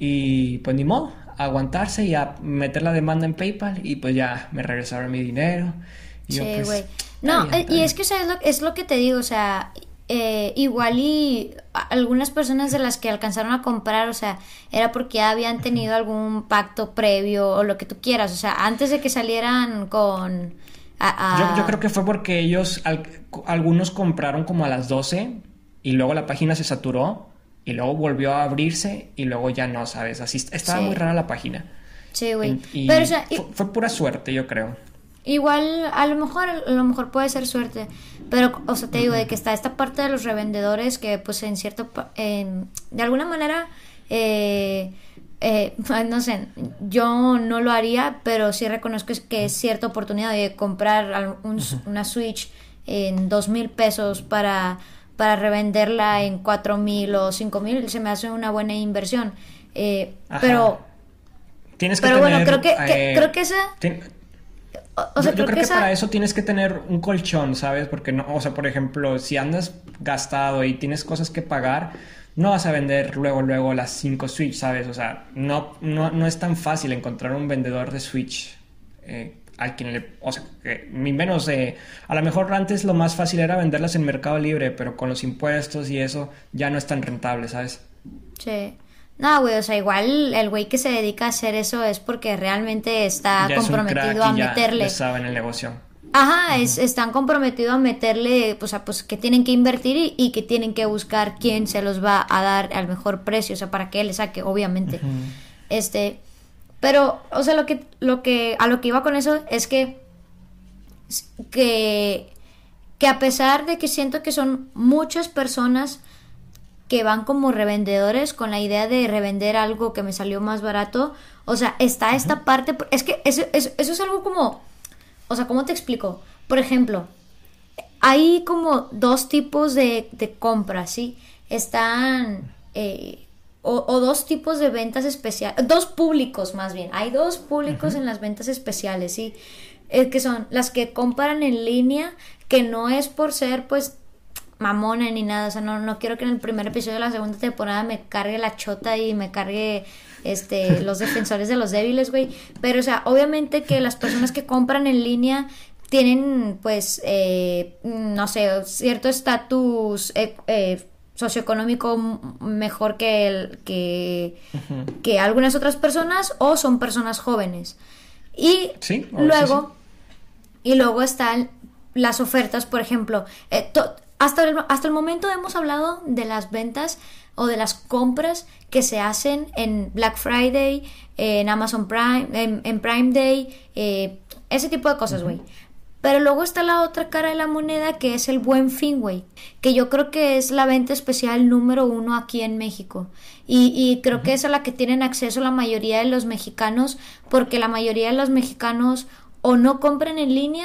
y pues ni modo, a aguantarse y a meter la demanda en PayPal y pues ya me regresaron mi dinero. Y yo, Sí, pues, güey. está No, bien, eh, está y bien. es que, ¿sabes lo, es lo que te digo? O sea, eh, igual y a- algunas personas de las que alcanzaron a comprar, o sea, era porque ya habían tenido algún pacto previo o lo que tú quieras. O sea, antes de que salieran con... a- Yo, yo a- creo que fue porque ellos, al- algunos compraron como a las doce y luego la página se saturó y luego volvió a abrirse y luego ya no, ¿sabes? Así est- estaba Sí. muy rara la página. Sí, güey. Y Pero, o sea, i- fue, fue pura suerte, yo creo. igual, a lo mejor, a lo mejor puede ser suerte, pero, o sea, te digo, de que está esta parte de los revendedores que, pues, en cierto, pa- en- de alguna manera, eh, eh, no sé, yo no lo haría, pero sí reconozco es- que es cierta oportunidad de comprar al- un- una Switch en dos mil pesos para, para revenderla en cuatro mil o cinco mil, se me hace una buena inversión. Eh, Ajá. pero, Tienes que pero bueno, tener, creo que, que- eh, creo que esa... tien- O, o sea, yo, yo creo, creo que, que esa... para eso tienes que tener un colchón, ¿sabes? Porque no, o sea, por ejemplo, si andas gastado y tienes cosas que pagar, no vas a vender luego, luego las cinco Switch, ¿sabes? O sea, no, no, no es tan fácil encontrar un vendedor de Switch eh, a quien le, o sea, que ni menos, eh, a lo mejor antes lo más fácil era venderlas en Mercado Libre, pero con los impuestos y eso ya no es tan rentable, ¿sabes? Sí. No, güey, o sea, igual el güey que se dedica a hacer eso es porque realmente está Ya es un comprometido crack a y ya meterle. le sabe en el negocio. Ajá, es, están comprometidos a meterle, pues, a, pues que tienen que invertir y, y que tienen que buscar quién se los va a dar al mejor precio, o sea, para que él le saque, obviamente. Este, pero, o sea, lo que, lo que, a lo que iba con eso es que, que, que a pesar de que siento que son muchas personas que van como revendedores con la idea de revender algo que me salió más barato, o sea, está esta parte, es que eso, eso, eso es algo como, o sea, ¿cómo te explico? Por ejemplo, hay como dos tipos de, de compras, ¿sí? Están, eh, o, o dos tipos de ventas especiales, dos públicos más bien, hay dos públicos uh-huh. en las ventas especiales, ¿sí? Eh, que son las que compran en línea, que no es por ser pues mamona ni nada, o sea, no, no quiero que en el primer episodio de la segunda temporada me cargue la chota y me cargue este los defensores de los débiles, güey, pero o sea, obviamente que las personas que compran en línea tienen pues eh, no sé, cierto estatus eh, eh, socioeconómico mejor que el, que, uh-huh. que algunas otras personas, o son personas jóvenes, y ¿sí? luego sí. y luego están las ofertas, por ejemplo, eh, to, hasta el, hasta el momento hemos hablado de las ventas o de las compras que se hacen en Black Friday, en Amazon Prime, en, en Prime Day, eh, ese tipo de cosas, güey. Uh-huh. Pero luego está la otra cara de la moneda, que es el Buen Fin, güey, que yo creo que es la venta especial número uno aquí en México. Y, y creo uh-huh. que es a la que tienen acceso la mayoría de los mexicanos, porque la mayoría de los mexicanos o no compran en línea,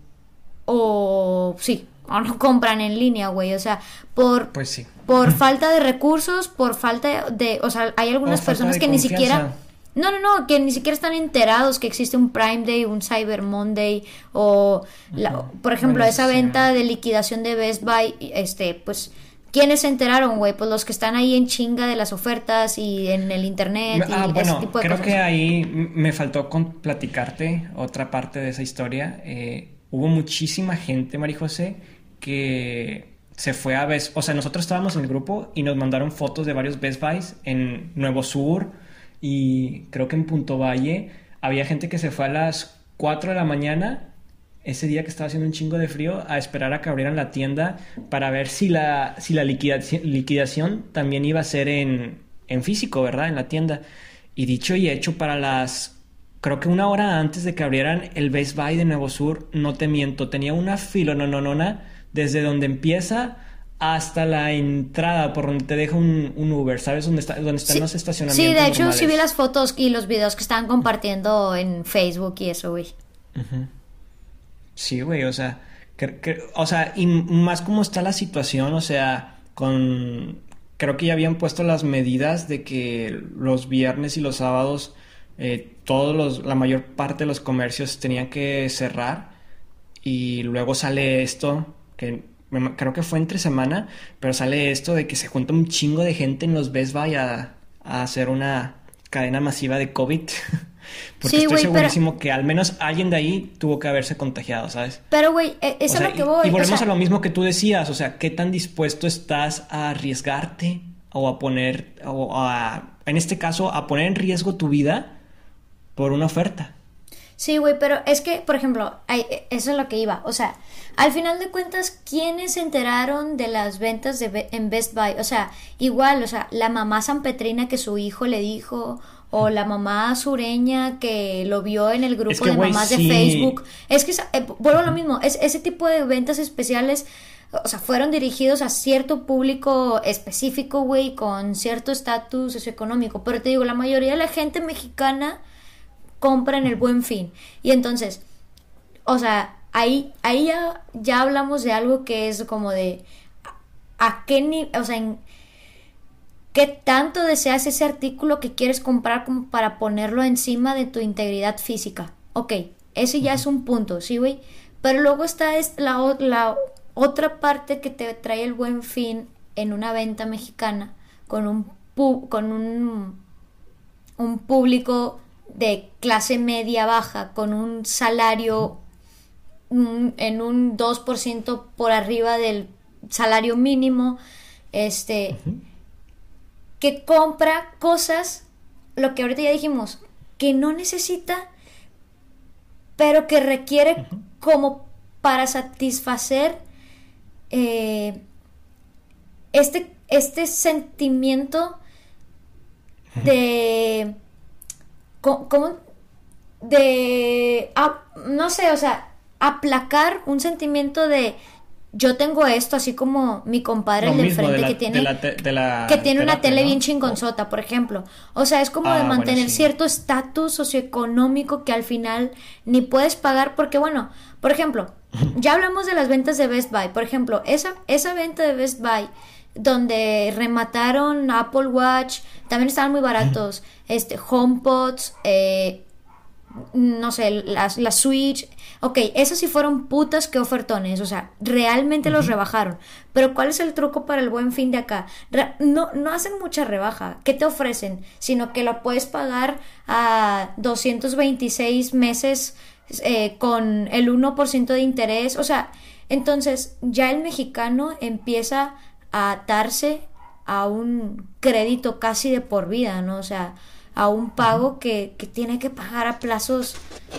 o sí, o no compran en línea, güey, o sea, por pues sí. por falta de recursos, por falta de, o sea, hay algunas o personas que confianza. Ni siquiera no, no, no, que ni siquiera están enterados que existe un Prime Day, un Cyber Monday, o la, uh-huh. por ejemplo, bueno, esa sí. venta de liquidación de Best Buy, este, pues ¿quiénes se enteraron, güey? Pues los que están ahí en chinga de las ofertas y en el internet y ah, bueno, ese tipo de creo cosas. Que ahí me faltó con platicarte otra parte de esa historia. Eh, hubo muchísima gente, María José, que se fue a Best... O sea, nosotros estábamos en el grupo y nos mandaron fotos de varios Best Buys en Nuevo Sur y creo que en Punto Valle. Había gente que se fue a las cuatro de la mañana, ese día que estaba haciendo un chingo de frío, a esperar a que abrieran la tienda para ver si la, si la liquidación, liquidación también iba a ser en, en físico, ¿verdad? En la tienda. Y dicho y hecho, para las... Creo que una hora antes de que abrieran el Best Buy de Nuevo Sur, no te miento, tenía una filononona desde donde empieza hasta la entrada, por donde te deja un, un Uber, ¿sabes? Donde, está, donde están sí, los estacionamientos. Sí, de hecho normales. Sí vi las fotos y los videos que estaban compartiendo en Facebook y eso, güey. Uh-huh. Sí, güey, o sea, que, que, o sea, y más como está la situación, o sea, con... Creo que ya habían puesto las medidas de que los viernes y los sábados eh, todos los, la mayor parte de los comercios tenían que cerrar, y luego sale esto, que creo que fue entre semana, pero sale esto de que se junta un chingo de gente en los Best Buy a, a hacer una cadena masiva de COVID. Porque sí, estoy wey, segurísimo pero... que al menos alguien de ahí tuvo que haberse contagiado, ¿sabes? Pero, güey, eso es lo que voy. Y, y volvemos o sea... a lo mismo que tú decías, o sea, ¿qué tan dispuesto estás a arriesgarte o a poner, o a, en este caso, a poner en riesgo tu vida por una oferta? Sí, güey, pero es que, por ejemplo, hay, eso es lo que iba. O sea, al final de cuentas, ¿quiénes se enteraron de las ventas de, en Best Buy? O sea, igual, o sea, la mamá sanpetrina que su hijo le dijo, o la mamá sureña que lo vio en el grupo es que, de wey, mamás sí. de Facebook. Es que, eh, vuelvo a lo mismo, es, ese tipo de ventas especiales, o sea, fueron dirigidos a cierto público específico, güey, con cierto estatus socioeconómico. Pero te digo, la mayoría de la gente mexicana compra en el Buen Fin. Y entonces, o sea, ahí, ahí ya, ya hablamos de algo que es como de a qué ni, o sea, en qué tanto deseas ese artículo que quieres comprar como para ponerlo encima de tu integridad física. Ok, ese ya es un punto, ¿sí, güey? Pero luego está es la, la otra parte que te trae el Buen Fin en una venta mexicana con un, pu- con un, un público de clase media baja, con un salario un, en un dos por ciento por arriba del salario mínimo, este, uh-huh. que compra cosas, lo que ahorita ya dijimos, que no necesita, pero que requiere uh-huh. como para satisfacer eh, este, este sentimiento uh-huh. de... ¿Cómo? De... Ah, no sé, o sea, aplacar un sentimiento de... Yo tengo esto, así como mi compadre, el del frente, que tiene, te, la, que tiene una tele, ¿no? bien chingonzota, por ejemplo. O sea, es como ah, de mantener bueno, sí. cierto estatus socioeconómico que al final ni puedes pagar, porque bueno, por ejemplo, ya hablamos de las ventas de Best Buy. Por ejemplo, esa, esa venta de Best Buy donde remataron Apple Watch, también estaban muy baratos, este, HomePods, eh, no sé, la, la Switch, ok, esos sí fueron putas que ofertones, o sea, realmente uh-huh. los rebajaron, pero ¿cuál es el truco para el Buen Fin de acá? Re- no, no hacen mucha rebaja, ¿qué te ofrecen? Sino que lo puedes pagar a doscientos veintiséis meses eh, con el uno por ciento de interés, o sea, entonces ya el mexicano empieza a atarse a un crédito casi de por vida, ¿no? O sea, a un pago que, que tiene que pagar a plazos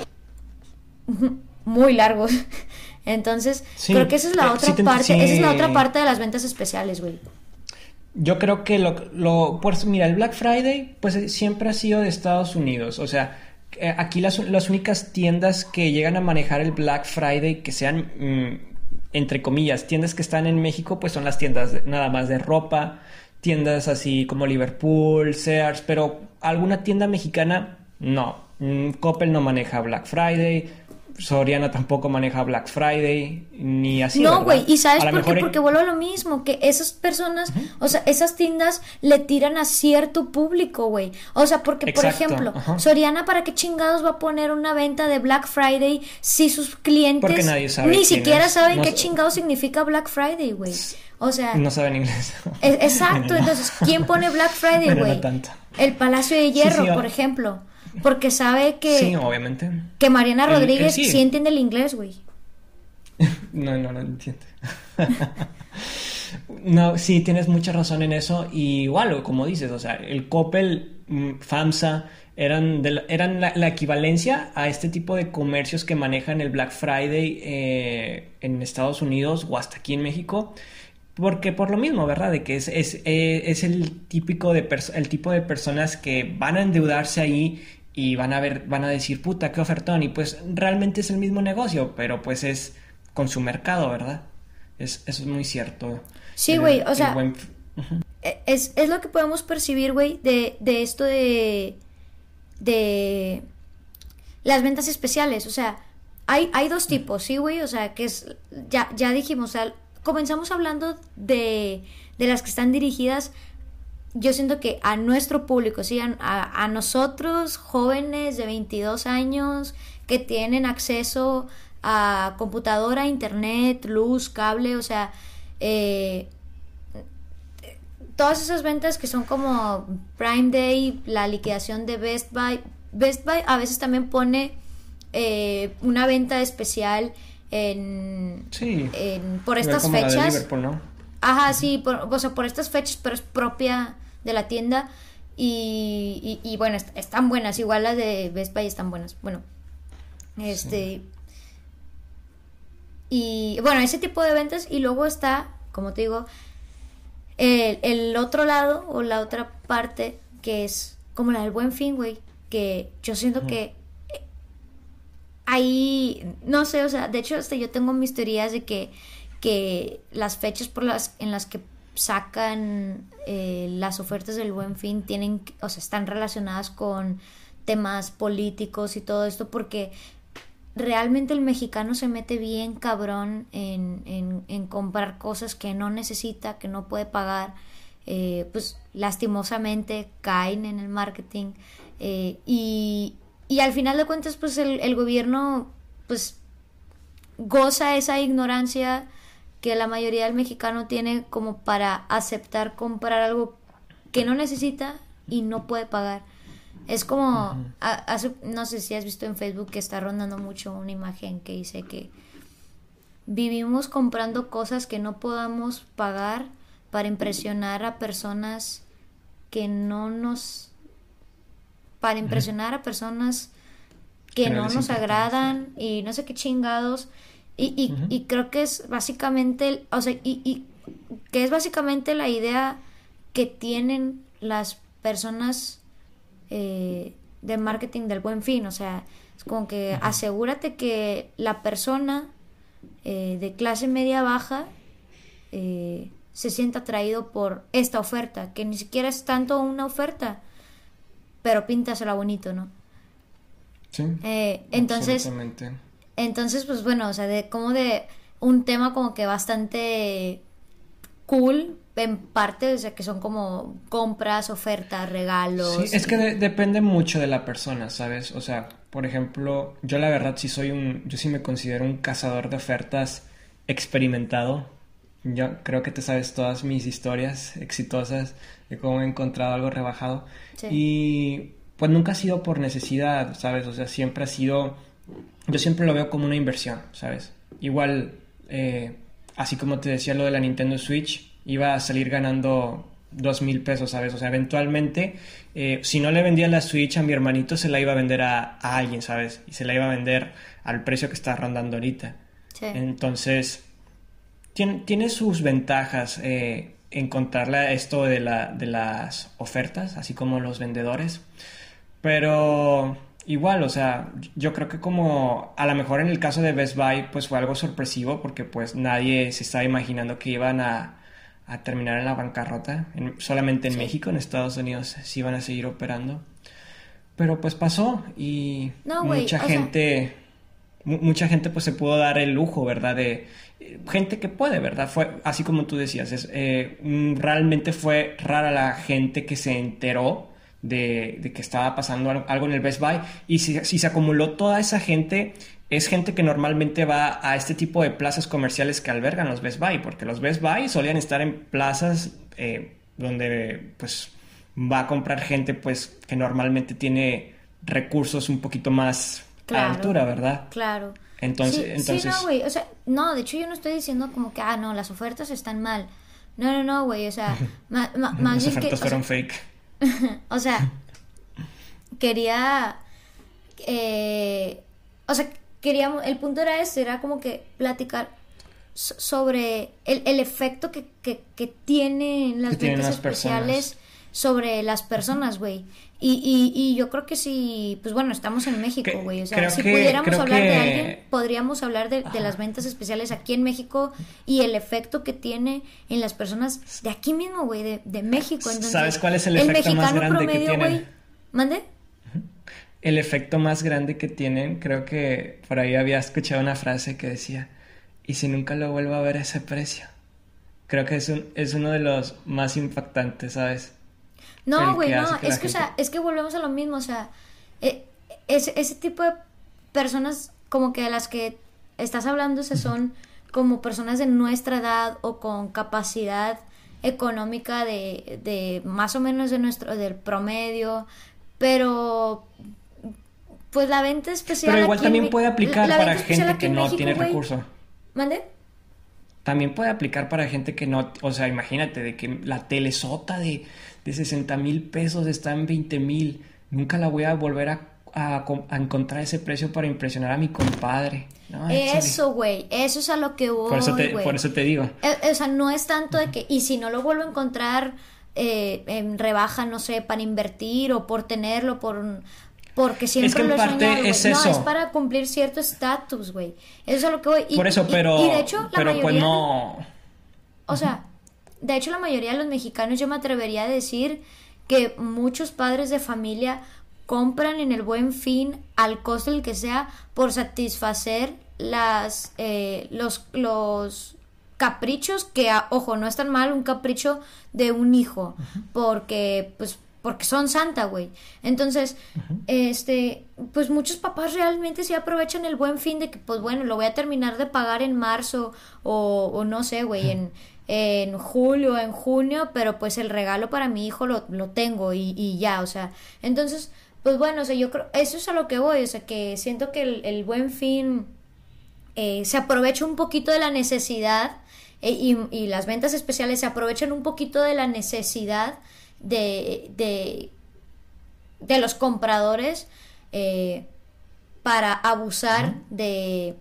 muy largos. Entonces, sí, creo que esa es la otra sí, parte, sí. esa es la otra parte de las ventas especiales, güey. Yo creo que lo, lo pues mira, el Black Friday pues siempre ha sido de Estados Unidos, o sea, aquí las, las únicas tiendas que llegan a manejar el Black Friday que sean mmm, entre comillas, tiendas que están en México, pues son las tiendas de, nada más de ropa, tiendas así como Liverpool, Sears, pero alguna tienda mexicana, no. Coppel no maneja Black Friday, Soriana tampoco maneja Black Friday, ni así. No, güey, ¿y sabes por qué? Porque vuelvo a lo mismo, que esas personas, uh-huh. o sea, esas tiendas le tiran a cierto público, güey. O sea, porque, Exacto. por ejemplo, uh-huh. Soriana, ¿para qué chingados va a poner una venta de Black Friday si sus clientes nadie sabe ni siquiera es. saben no qué s- chingados significa Black Friday, güey? O sea... No saben inglés. Es, exacto, entonces, ¿quién pone Black Friday, güey? Bueno, no tanto. El Palacio de Hierro, sí, sí, por ejemplo. Porque sabe que... Sí, obviamente. Que Mariana Rodríguez el, el sí. sí entiende el inglés, güey. No, no, no entiende. No, sí, tienes mucha razón en eso. Y igual, como dices, o sea, el Coppel, FAMSA, eran, de la, eran la, la equivalencia a este tipo de comercios que manejan el Black Friday eh, en Estados Unidos o hasta aquí en México. Porque por lo mismo, ¿verdad? De que es, es, es el típico de pers- el tipo de personas que van a endeudarse ahí y van a ver, van a decir, puta, qué ofertón. Y pues realmente es el mismo negocio, pero pues es con su mercado, ¿verdad? Es, eso es muy cierto. Sí, güey, o sea, buen... uh-huh. es, es lo que podemos percibir, güey, de, de esto de, de las ventas especiales. O sea, hay, hay dos tipos, ¿sí, güey? O sea, que es, ya, ya dijimos, o sea, comenzamos hablando de, de las que están dirigidas, yo siento que a nuestro público, ¿sí? a, a nosotros, jóvenes de veintidós años, que tienen acceso a computadora, internet, luz, cable, o sea, eh, todas esas ventas que son como Prime Day, la liquidación de Best Buy. Best Buy a veces también pone eh, una venta especial en, sí, en por estas como fechas. La de Liverpool, ¿no? Ajá, sí, por, o sea, por estas fechas, pero es propia de la tienda. Y, y, y bueno, est- están buenas, igual las de Best Buy están buenas. Bueno, este... Sí. Y bueno, ese tipo de ventas. Y luego está, como te digo, el, el otro lado o la otra parte, que es como la del Buen Fin, güey. Que yo siento uh-huh. que ahí, no sé, o sea, de hecho hasta yo tengo mis teorías de que, que las fechas por las en las que sacan eh, las ofertas del Buen Fin tienen, o sea, están relacionadas con temas políticos y todo esto, porque realmente el mexicano se mete bien cabrón en, en, en comprar cosas que no necesita, que no puede pagar, eh, pues lastimosamente caen en el marketing, eh, y, y al final de cuentas pues el, el gobierno pues goza esa ignorancia que la mayoría del mexicano tiene como para aceptar comprar algo que no necesita y no puede pagar. Es como, uh-huh. a, hace, no sé si has visto en Facebook que está rondando mucho una imagen que dice que vivimos comprando cosas que no podamos pagar para impresionar a personas que no nos, para impresionar uh-huh. a personas que, que no nos agradan y no sé qué chingados. Y, y, uh-huh. y creo que es básicamente, o sea, y, y que es básicamente la idea que tienen las personas eh, de marketing del Buen Fin. O sea, es como que uh-huh. asegúrate que la persona eh, de clase media baja eh, se sienta atraído por esta oferta, que ni siquiera es tanto una oferta, pero píntasela bonito, ¿no? Sí. Eh, entonces, entonces, pues bueno, o sea, de como de un tema como que bastante cool en parte, o sea, que son como compras, ofertas, regalos. Sí, es que de- depende mucho de la persona, ¿sabes? O sea, por ejemplo, yo la verdad sí soy un, yo sí me considero un cazador de ofertas experimentado. Yo creo que te sabes todas mis historias exitosas de cómo he encontrado algo rebajado. Sí. Y pues nunca ha sido por necesidad, ¿sabes? O sea, siempre ha sido, yo siempre lo veo como una inversión, ¿sabes? Igual, eh, así como te decía lo de la Nintendo Switch, iba a salir ganando dos mil pesos, ¿sabes? O sea, eventualmente, eh, si no le vendía la Switch a mi hermanito, se la iba a vender a, a alguien, ¿sabes? Y se la iba a vender al precio que está rondando ahorita. Sí. Entonces, tiene, tiene sus ventajas eh, encontrarla esto de, la, de las ofertas, así como los vendedores. Pero igual, o sea, yo creo que como a lo mejor en el caso de Best Buy, pues fue algo sorpresivo porque pues nadie se estaba imaginando que iban a, a terminar en la bancarrota. En- solamente en Sí. México, en Estados Unidos sí iban a seguir operando. Pero pues pasó y No, güey, mucha o sea- gente, mu- mucha gente pues se pudo dar el lujo, ¿verdad? De eh, gente que puede, ¿verdad? Fue así como tú decías, es, eh, mm, realmente fue rara la gente que se enteró de, de que estaba pasando al- algo en el Best Buy y si, si se acumuló toda esa gente, es gente que normalmente va a este tipo de plazas comerciales que albergan los Best Buy, porque los Best Buy solían estar en plazas eh, donde pues va a comprar gente pues que normalmente tiene recursos un poquito más a Claro. altura, ¿verdad? Claro. Entonces- sí, entonces- sí, no, güey, o sea, no, de hecho yo no estoy diciendo como que, ah, no, las ofertas están mal. No, no, no, güey, o sea, ma- ma- más Las bien que, ofertas o sea, fueron fake. o sea, quería, eh, o sea, queríamos, el punto era este, era como que platicar so- sobre el, el efecto que, que, que tienen las Que tienen ventas las personas. especiales sobre las personas, güey. Y, y, y yo creo que si, pues bueno, estamos en México, Que- güey. O sea, creo si que- pudiéramos creo hablar de que- alguien, podríamos hablar de, de las ventas especiales aquí en México y el efecto que tiene en las personas de aquí mismo, güey, de, de México. Entonces, ¿Sabes cuál es el efecto más grande que tienen? güey, ¿mande? El efecto más grande que tienen, creo que por ahí había escuchado una frase que decía, ¿y si nunca lo vuelvo a ver a ese precio? Creo que es, un, es uno de los más impactantes, ¿sabes? El No, güey, que no, hace que la es que, o sea, gente- es que volvemos a lo mismo, o sea, eh, ese, ese tipo de personas como que de las que estás hablando, o sea, son como personas de nuestra edad o con capacidad económica de, de más o menos de nuestro, del promedio, pero pues la venta especial Pero igual aquí en también Mi- puede aplicar la para venta especial gente aquí que en no México, tiene güey, recursos. ¿mande? También puede aplicar para gente que no, o sea, imagínate, de que la telesota de, de sesenta mil pesos está en veinte mil. Nunca la voy a volver a, a, a encontrar ese precio para impresionar a mi compadre. No, échale. Eso, güey, eso es a lo que voy, Por eso te, güey. por eso te digo. Eh, o sea, no es tanto de que, y si no lo vuelvo a encontrar eh, en rebaja, no sé, para invertir o por tenerlo, por un- porque siempre Es que en lo he parte soñado, güey. es No, eso. es para cumplir cierto estatus, güey. Eso es a lo que voy. Y, Por eso, y- pero, y de hecho, la pero mayoría, pues no. o sea, de hecho la mayoría de los mexicanos yo me atrevería a decir que muchos padres de familia compran en el Buen Fin al costo del que sea por satisfacer las eh, los los caprichos que a- ojo, no es tan mal un capricho de un hijo, porque pues porque son santa, güey. Entonces, este, pues muchos papás realmente sí aprovechan el Buen Fin de que, pues bueno, lo voy a terminar de pagar en marzo o, o no sé, güey, en, en julio, en junio, pero pues el regalo para mi hijo lo, lo tengo y, y ya, o sea, entonces, pues bueno, o sea, yo creo, eso es a lo que voy, o sea, que siento que el, el Buen Fin eh, se aprovecha un poquito de la necesidad eh, y, y las ventas especiales se aprovechan un poquito de la necesidad de, de, de los compradores eh, para abusar uh-huh. de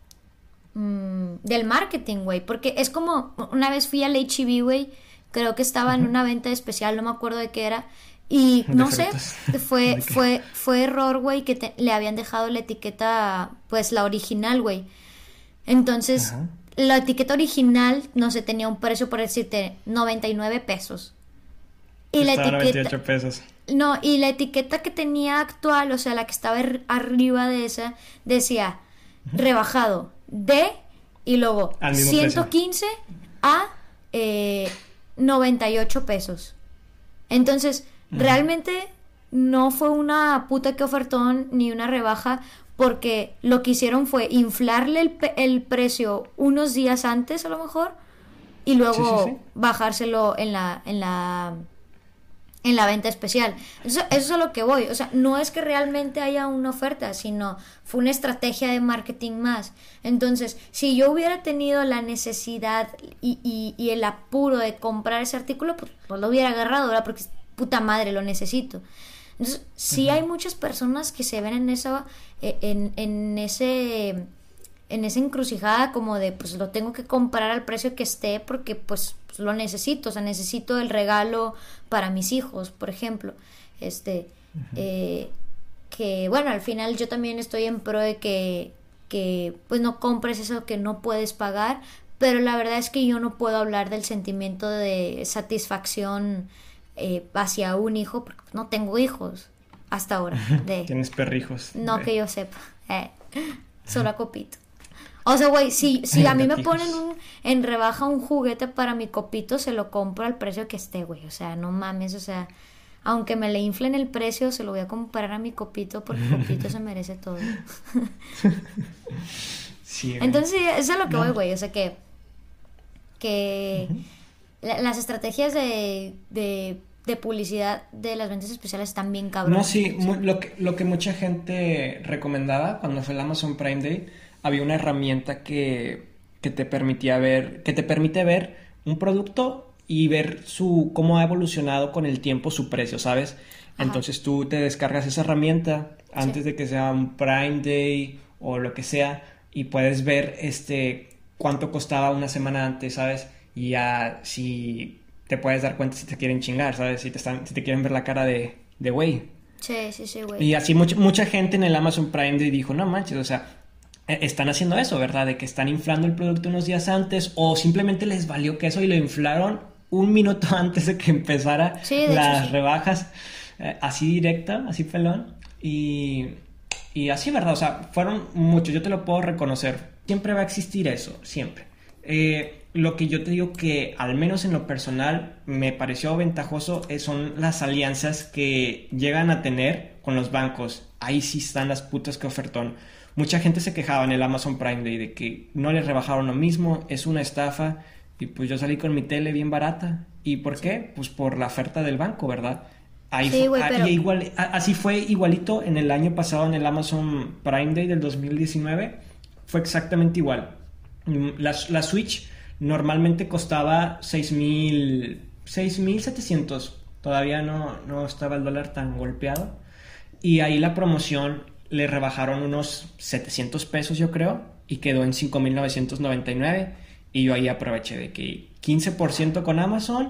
mm, del marketing, güey, porque es como una vez fui al H E B, güey, creo que estaba uh-huh. en una venta especial, no me acuerdo de qué era, y de no frutas. sé, fue fue fue error, güey, que te, le habían dejado la etiqueta, pues la original, güey. Entonces, uh-huh. la etiqueta original, no sé, tenía un precio, por decirte, noventa y nueve pesos. Y la etiqueta, noventa y ocho pesos. No, y la etiqueta que tenía actual, o sea, la que estaba er- arriba de esa, decía uh-huh. rebajado de y luego ciento quince precio. A eh, noventa y ocho pesos. Entonces, uh-huh. realmente no fue una puta que ofertón ni una rebaja, porque lo que hicieron fue inflarle el, pe- el precio unos días antes a lo mejor y luego sí, sí, sí. bajárselo en la en la en la venta especial. Eso, eso es a lo que voy. O sea, no es que realmente haya una oferta, sino fue una estrategia de marketing más. Entonces, si yo hubiera tenido la necesidad y, y, y el apuro de comprar ese artículo, pues, pues lo hubiera agarrado, ¿verdad? Porque puta madre, lo necesito. Entonces, sí uh-huh. hay muchas personas que se ven en esa, en, en ese, en esa encrucijada como de, pues lo tengo que comprar al precio que esté porque pues, pues lo necesito, o sea, necesito el regalo para mis hijos, por ejemplo, este, uh-huh. eh, que bueno, al final yo también estoy en pro de que, que pues no compres eso que no puedes pagar, pero la verdad es que yo no puedo hablar del sentimiento de satisfacción Eh, hacia un hijo, porque no tengo hijos hasta ahora. De, Tienes perrijos. No de... que yo sepa. Eh, solo a Copito. O sea, güey, si, si a mí me ponen un, en rebaja un juguete para mi Copito, se lo compro al precio que esté, güey. O sea, no mames, o sea, aunque me le inflen el precio, se lo voy a comprar a mi Copito porque Copito se merece todo. Sí, entonces, eso es lo que no. voy, güey. O sea, que que uh-huh. la, las estrategias de, de de publicidad de las ventas especiales están bien cabronas. No, sí, mu- lo que, lo que mucha gente recomendaba cuando fue el Amazon Prime Day, había una herramienta que, que te permitía ver, que te permite ver un producto y ver su cómo ha evolucionado con el tiempo su precio, ¿sabes? Ajá. Entonces tú te descargas esa herramienta antes sí. de que sea un Prime Day o lo que sea y puedes ver este cuánto costaba una semana antes, ¿sabes? Y ya si te puedes dar cuenta si te quieren chingar, ¿sabes? Si te están, si te quieren ver la cara de, de güey. Sí, sí, sí, güey. Y así mucha, mucha gente en el Amazon Prime Day dijo, no manches, o sea, están haciendo eso, ¿verdad? De que están inflando el producto unos días antes o simplemente les valió queso y lo inflaron un minuto antes de que empezara sí, de las hecho, sí. rebajas, eh, así directa, así pelón. Y, y así, ¿verdad? O sea, fueron muchos, yo te lo puedo reconocer. Siempre va a existir eso, siempre. Eh... Lo que yo te digo que, al menos en lo personal, me pareció ventajoso son las alianzas que llegan a tener con los bancos. Ahí sí están las putas que ofertón. Mucha gente se quejaba en el Amazon Prime Day de que no les rebajaron lo mismo, es una estafa. Y pues yo salí con mi tele bien barata. ¿Y por qué? Pues por la oferta del banco, ¿verdad? Ahí sí, fue, güey, pero... igual, así fue igualito en el año pasado en el Amazon Prime Day del dos mil diecinueve. Fue exactamente igual. La, la Switch normalmente costaba seis mil setecientos, todavía no, no estaba el dólar tan golpeado, y ahí la promoción le rebajaron unos setecientos pesos yo creo, y quedó en cinco mil novecientos noventa y nueve, y yo ahí aproveché de que quince por ciento con Amazon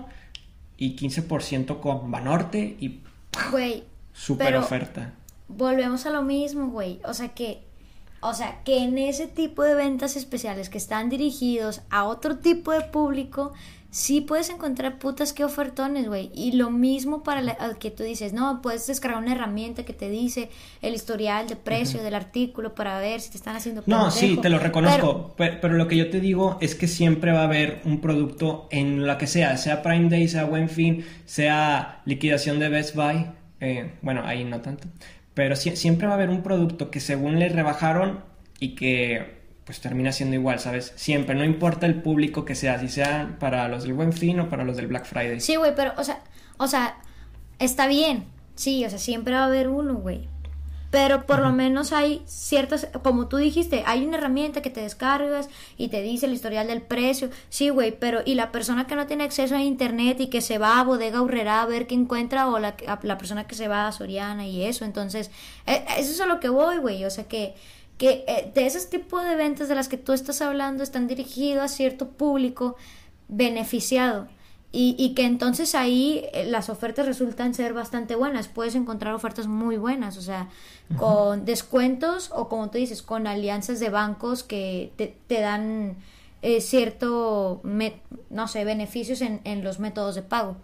y quince por ciento con Banorte y güey, super oferta. Volvemos a lo mismo, güey, o sea que O sea, que en ese tipo de ventas especiales que están dirigidos a otro tipo de público, sí puedes encontrar putas que ofertones, güey. Y lo mismo para la, que tú dices, no, puedes descargar una herramienta que te dice el historial de precio uh-huh. del artículo para ver si te están haciendo pendejo. No, sí, te lo reconozco, pero, pero, pero lo que yo te digo es que siempre va a haber un producto en la que sea, sea Prime Day, sea Buen Fin, sea liquidación de Best Buy, eh, bueno, ahí no tanto. Pero si, siempre va a haber un producto que según le rebajaron y que pues termina siendo igual, ¿sabes? Siempre, no importa el público que sea, si sea para los del Buen Fin o para los del Black Friday. Sí, güey, pero, o sea, o sea, está bien, sí, o sea, siempre va a haber uno, güey. Pero por uh-huh. lo menos hay ciertas, como tú dijiste, hay una herramienta que te descargas y te dice el historial del precio. Sí, güey, pero y la persona que no tiene acceso a internet y que se va a Bodega Aurrerá a ver qué encuentra, o la, la persona que se va a Soriana y eso. Entonces, eh, eso es a lo que voy, güey. O sea, que, que eh, de esos tipos de ventas de las que tú estás hablando están dirigidos a cierto público beneficiado. Y, y que entonces ahí eh, las ofertas resultan ser bastante buenas. Puedes encontrar ofertas muy buenas, o sea, uh-huh. con descuentos o, como tú dices, con alianzas de bancos que te, te dan eh, cierto, me, no sé, beneficios en, en los métodos de pago.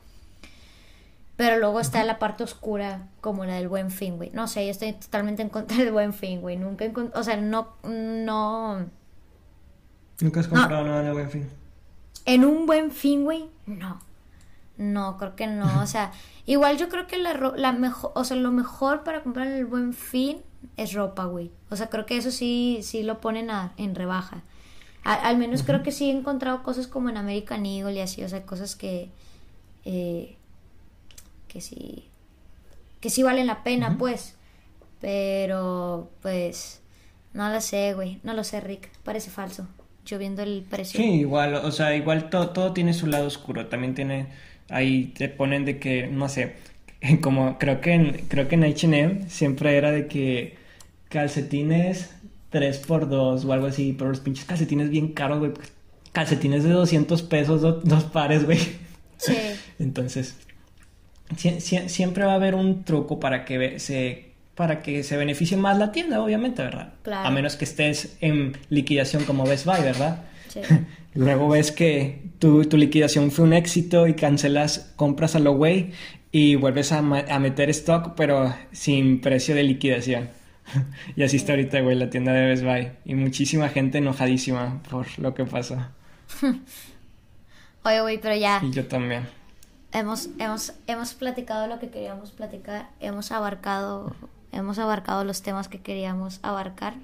Pero luego está uh-huh. la parte oscura, como la del Buen Fin, güey. No sé, yo estoy totalmente en contra del Buen Fin, güey. Nunca, encont- o sea, no, no... ¿Nunca has comprado no. nada en el Buen Fin? En un Buen Fin, güey, no. No, creo que no. O sea, igual yo creo que la, ro- la mejor, o sea, lo mejor para comprar en el Buen Fin es ropa, güey. O sea, creo que eso sí, sí lo ponen a- en rebaja. A- al menos Ujú. creo que sí he encontrado cosas como en American Eagle y así, o sea, cosas que, eh, que sí, que sí valen la pena, Ujú. pues. Pero, pues, no lo sé, güey. No lo sé, Rick. Parece falso. Yo viendo el precio. Sí, igual, o sea, igual todo, todo tiene su lado oscuro. También tiene, ahí te ponen de que, no sé, como creo que en, creo que en H and M siempre era de que calcetines tres por dos o algo así, pero los pinches calcetines bien caros, güey. Calcetines de doscientos pesos, do- dos pares, güey. Sí. Entonces, sie- sie- siempre va a haber un truco para que ve- se para que se beneficie más la tienda, obviamente, ¿verdad? Claro. A menos que estés en liquidación como Best Buy, ¿verdad? Sí. Luego ves que tu, tu liquidación fue un éxito y cancelas compras a lo güey y vuelves a, ma- a meter stock, pero sin precio de liquidación. Y así está ahorita, güey, la tienda de Best Buy. Y muchísima gente enojadísima por lo que pasó. Oye, güey, pero ya. Y yo también. Hemos, hemos, hemos platicado lo que queríamos platicar. Hemos abarcado, hemos abarcado los temas que queríamos abarcar.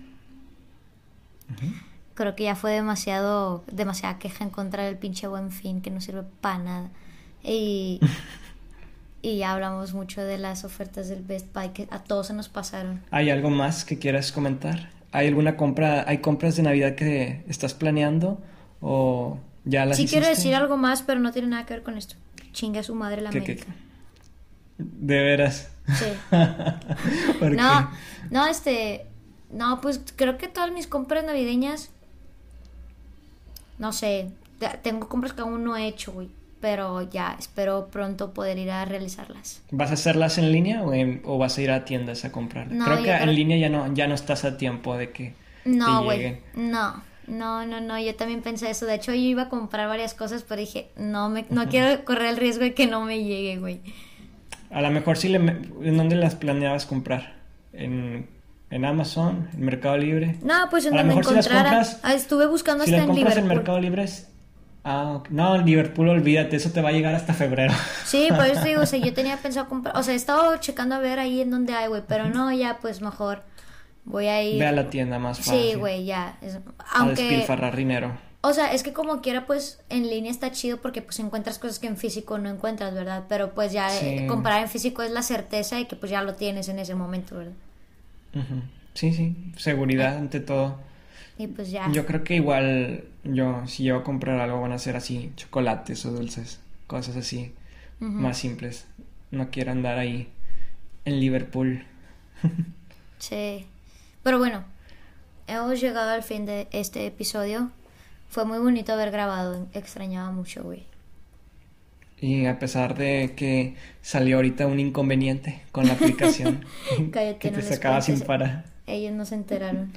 Creo que ya fue demasiado, demasiada queja en contra del pinche Buen Fin, que no sirve para nada. Y, y ya hablamos mucho de las ofertas del Best Buy, que a todos se nos pasaron. ¿Hay algo más que quieras comentar? ¿Hay alguna compra, hay compras de Navidad que estás planeando o ya las Sí quiero hiciste? decir algo más, pero no tiene nada que ver con esto. Chinga su madre la ¿Qué, qué, América. qué? De veras. Sí. ¿Por No, qué? no, este, no, pues creo que todas mis compras navideñas, no sé, te- tengo compras que aún no he hecho, güey, pero ya espero pronto poder ir a realizarlas. ¿Vas a hacerlas en línea o, en- o vas a ir a tiendas a comprar? No, Creo yo que creo- en línea ya no, ya no estás a tiempo de que No, te güey, lleguen. no, no, no, no, yo también pensé eso. De hecho, yo iba a comprar varias cosas, pero dije, no, me, no quiero correr el riesgo de que no me llegue, güey. A lo mejor sí le... me- ¿En dónde las planeabas comprar? ¿En, en Amazon? ¿En Mercado Libre? No, pues en A lo donde mejor si las encontrara. compras- Ah, estuve buscando Si hasta las en compras en Liverpool. Mercado Libre es... Ah, ok. No, en Liverpool, olvídate, eso te va a llegar hasta febrero. Sí, por eso digo, o sea, yo tenía pensado comprar, o sea, he estado checando a ver ahí en donde hay, güey, pero no, ya, pues mejor voy a ir. Ve a la tienda más fácil. Sí, güey, ya. es- A Aunque, despilfarrar dinero. o sea, es que como quiera, pues en línea está chido porque pues encuentras cosas que en físico no encuentras, ¿verdad? Pero pues ya Sí. eh, comprar en físico es la certeza de que pues ya lo tienes en ese momento, ¿verdad? Ujú. Sí, sí, seguridad ante todo. Y pues ya. Yo creo que igual yo, si llevo a comprar algo, van a ser así, chocolates o dulces, cosas así, Ujú. más simples. No quiero andar ahí en Liverpool. Sí. Pero bueno, hemos llegado al fin de este episodio. Fue muy bonito haber grabado, extrañaba mucho, güey. Y a pesar de que salió ahorita un inconveniente con la aplicación Cállate, que no te les sacaba cuentes. sin parar. Ellos no se enteraron.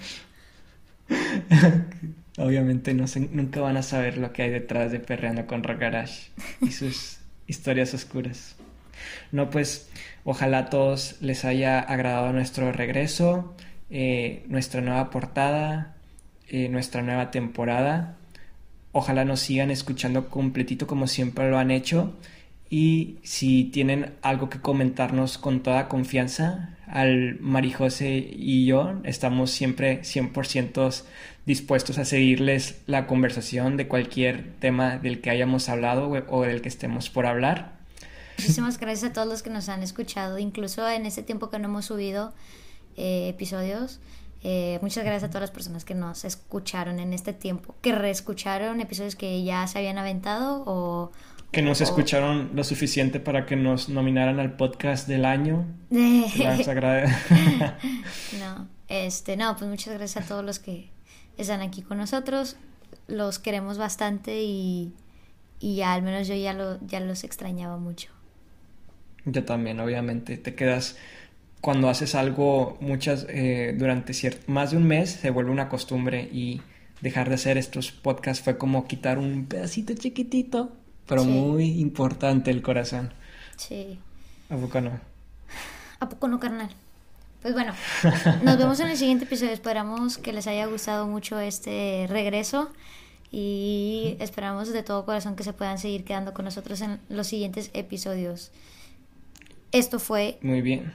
Obviamente no se- nunca van a saber lo que hay detrás de Perreando con Rock Garage y sus historias oscuras. No, pues ojalá a todos les haya agradado nuestro regreso, eh, nuestra nueva portada, eh, nuestra nueva temporada. Ojalá nos sigan escuchando completito como siempre lo han hecho. Y si tienen algo que comentarnos con toda confianza, al Marijose y yo estamos siempre cien por ciento dispuestos a seguirles la conversación de cualquier tema del que hayamos hablado o o del que estemos por hablar. Muchísimas gracias a todos los que nos han escuchado, incluso en este tiempo que no hemos subido eh, episodios. Eh, muchas gracias a todas las personas que nos escucharon en este tiempo, que reescucharon episodios que ya se habían aventado o... Que nos o- escucharon lo suficiente para que nos nominaran al podcast del año. de- Les agrade- No, este, no, pues muchas gracias a todos los que están aquí con nosotros. Los queremos bastante y, y ya, al menos yo ya, lo, ya los extrañaba mucho. Yo también, obviamente. Te quedas cuando haces algo muchas eh, durante cier- más de un mes, se vuelve una costumbre y dejar de hacer estos podcasts fue como quitar un pedacito chiquitito, pero Sí. muy importante el corazón. Sí. ¿A poco no? ¿A poco no, carnal? Pues bueno, nos vemos en el siguiente episodio. Esperamos que les haya gustado mucho este regreso Y esperamos de todo corazón que se puedan seguir quedando con nosotros en los siguientes episodios. Esto fue Muy bien.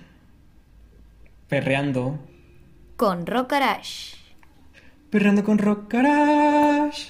Perreando. con Rock Garage. Perreando con Rock Garage.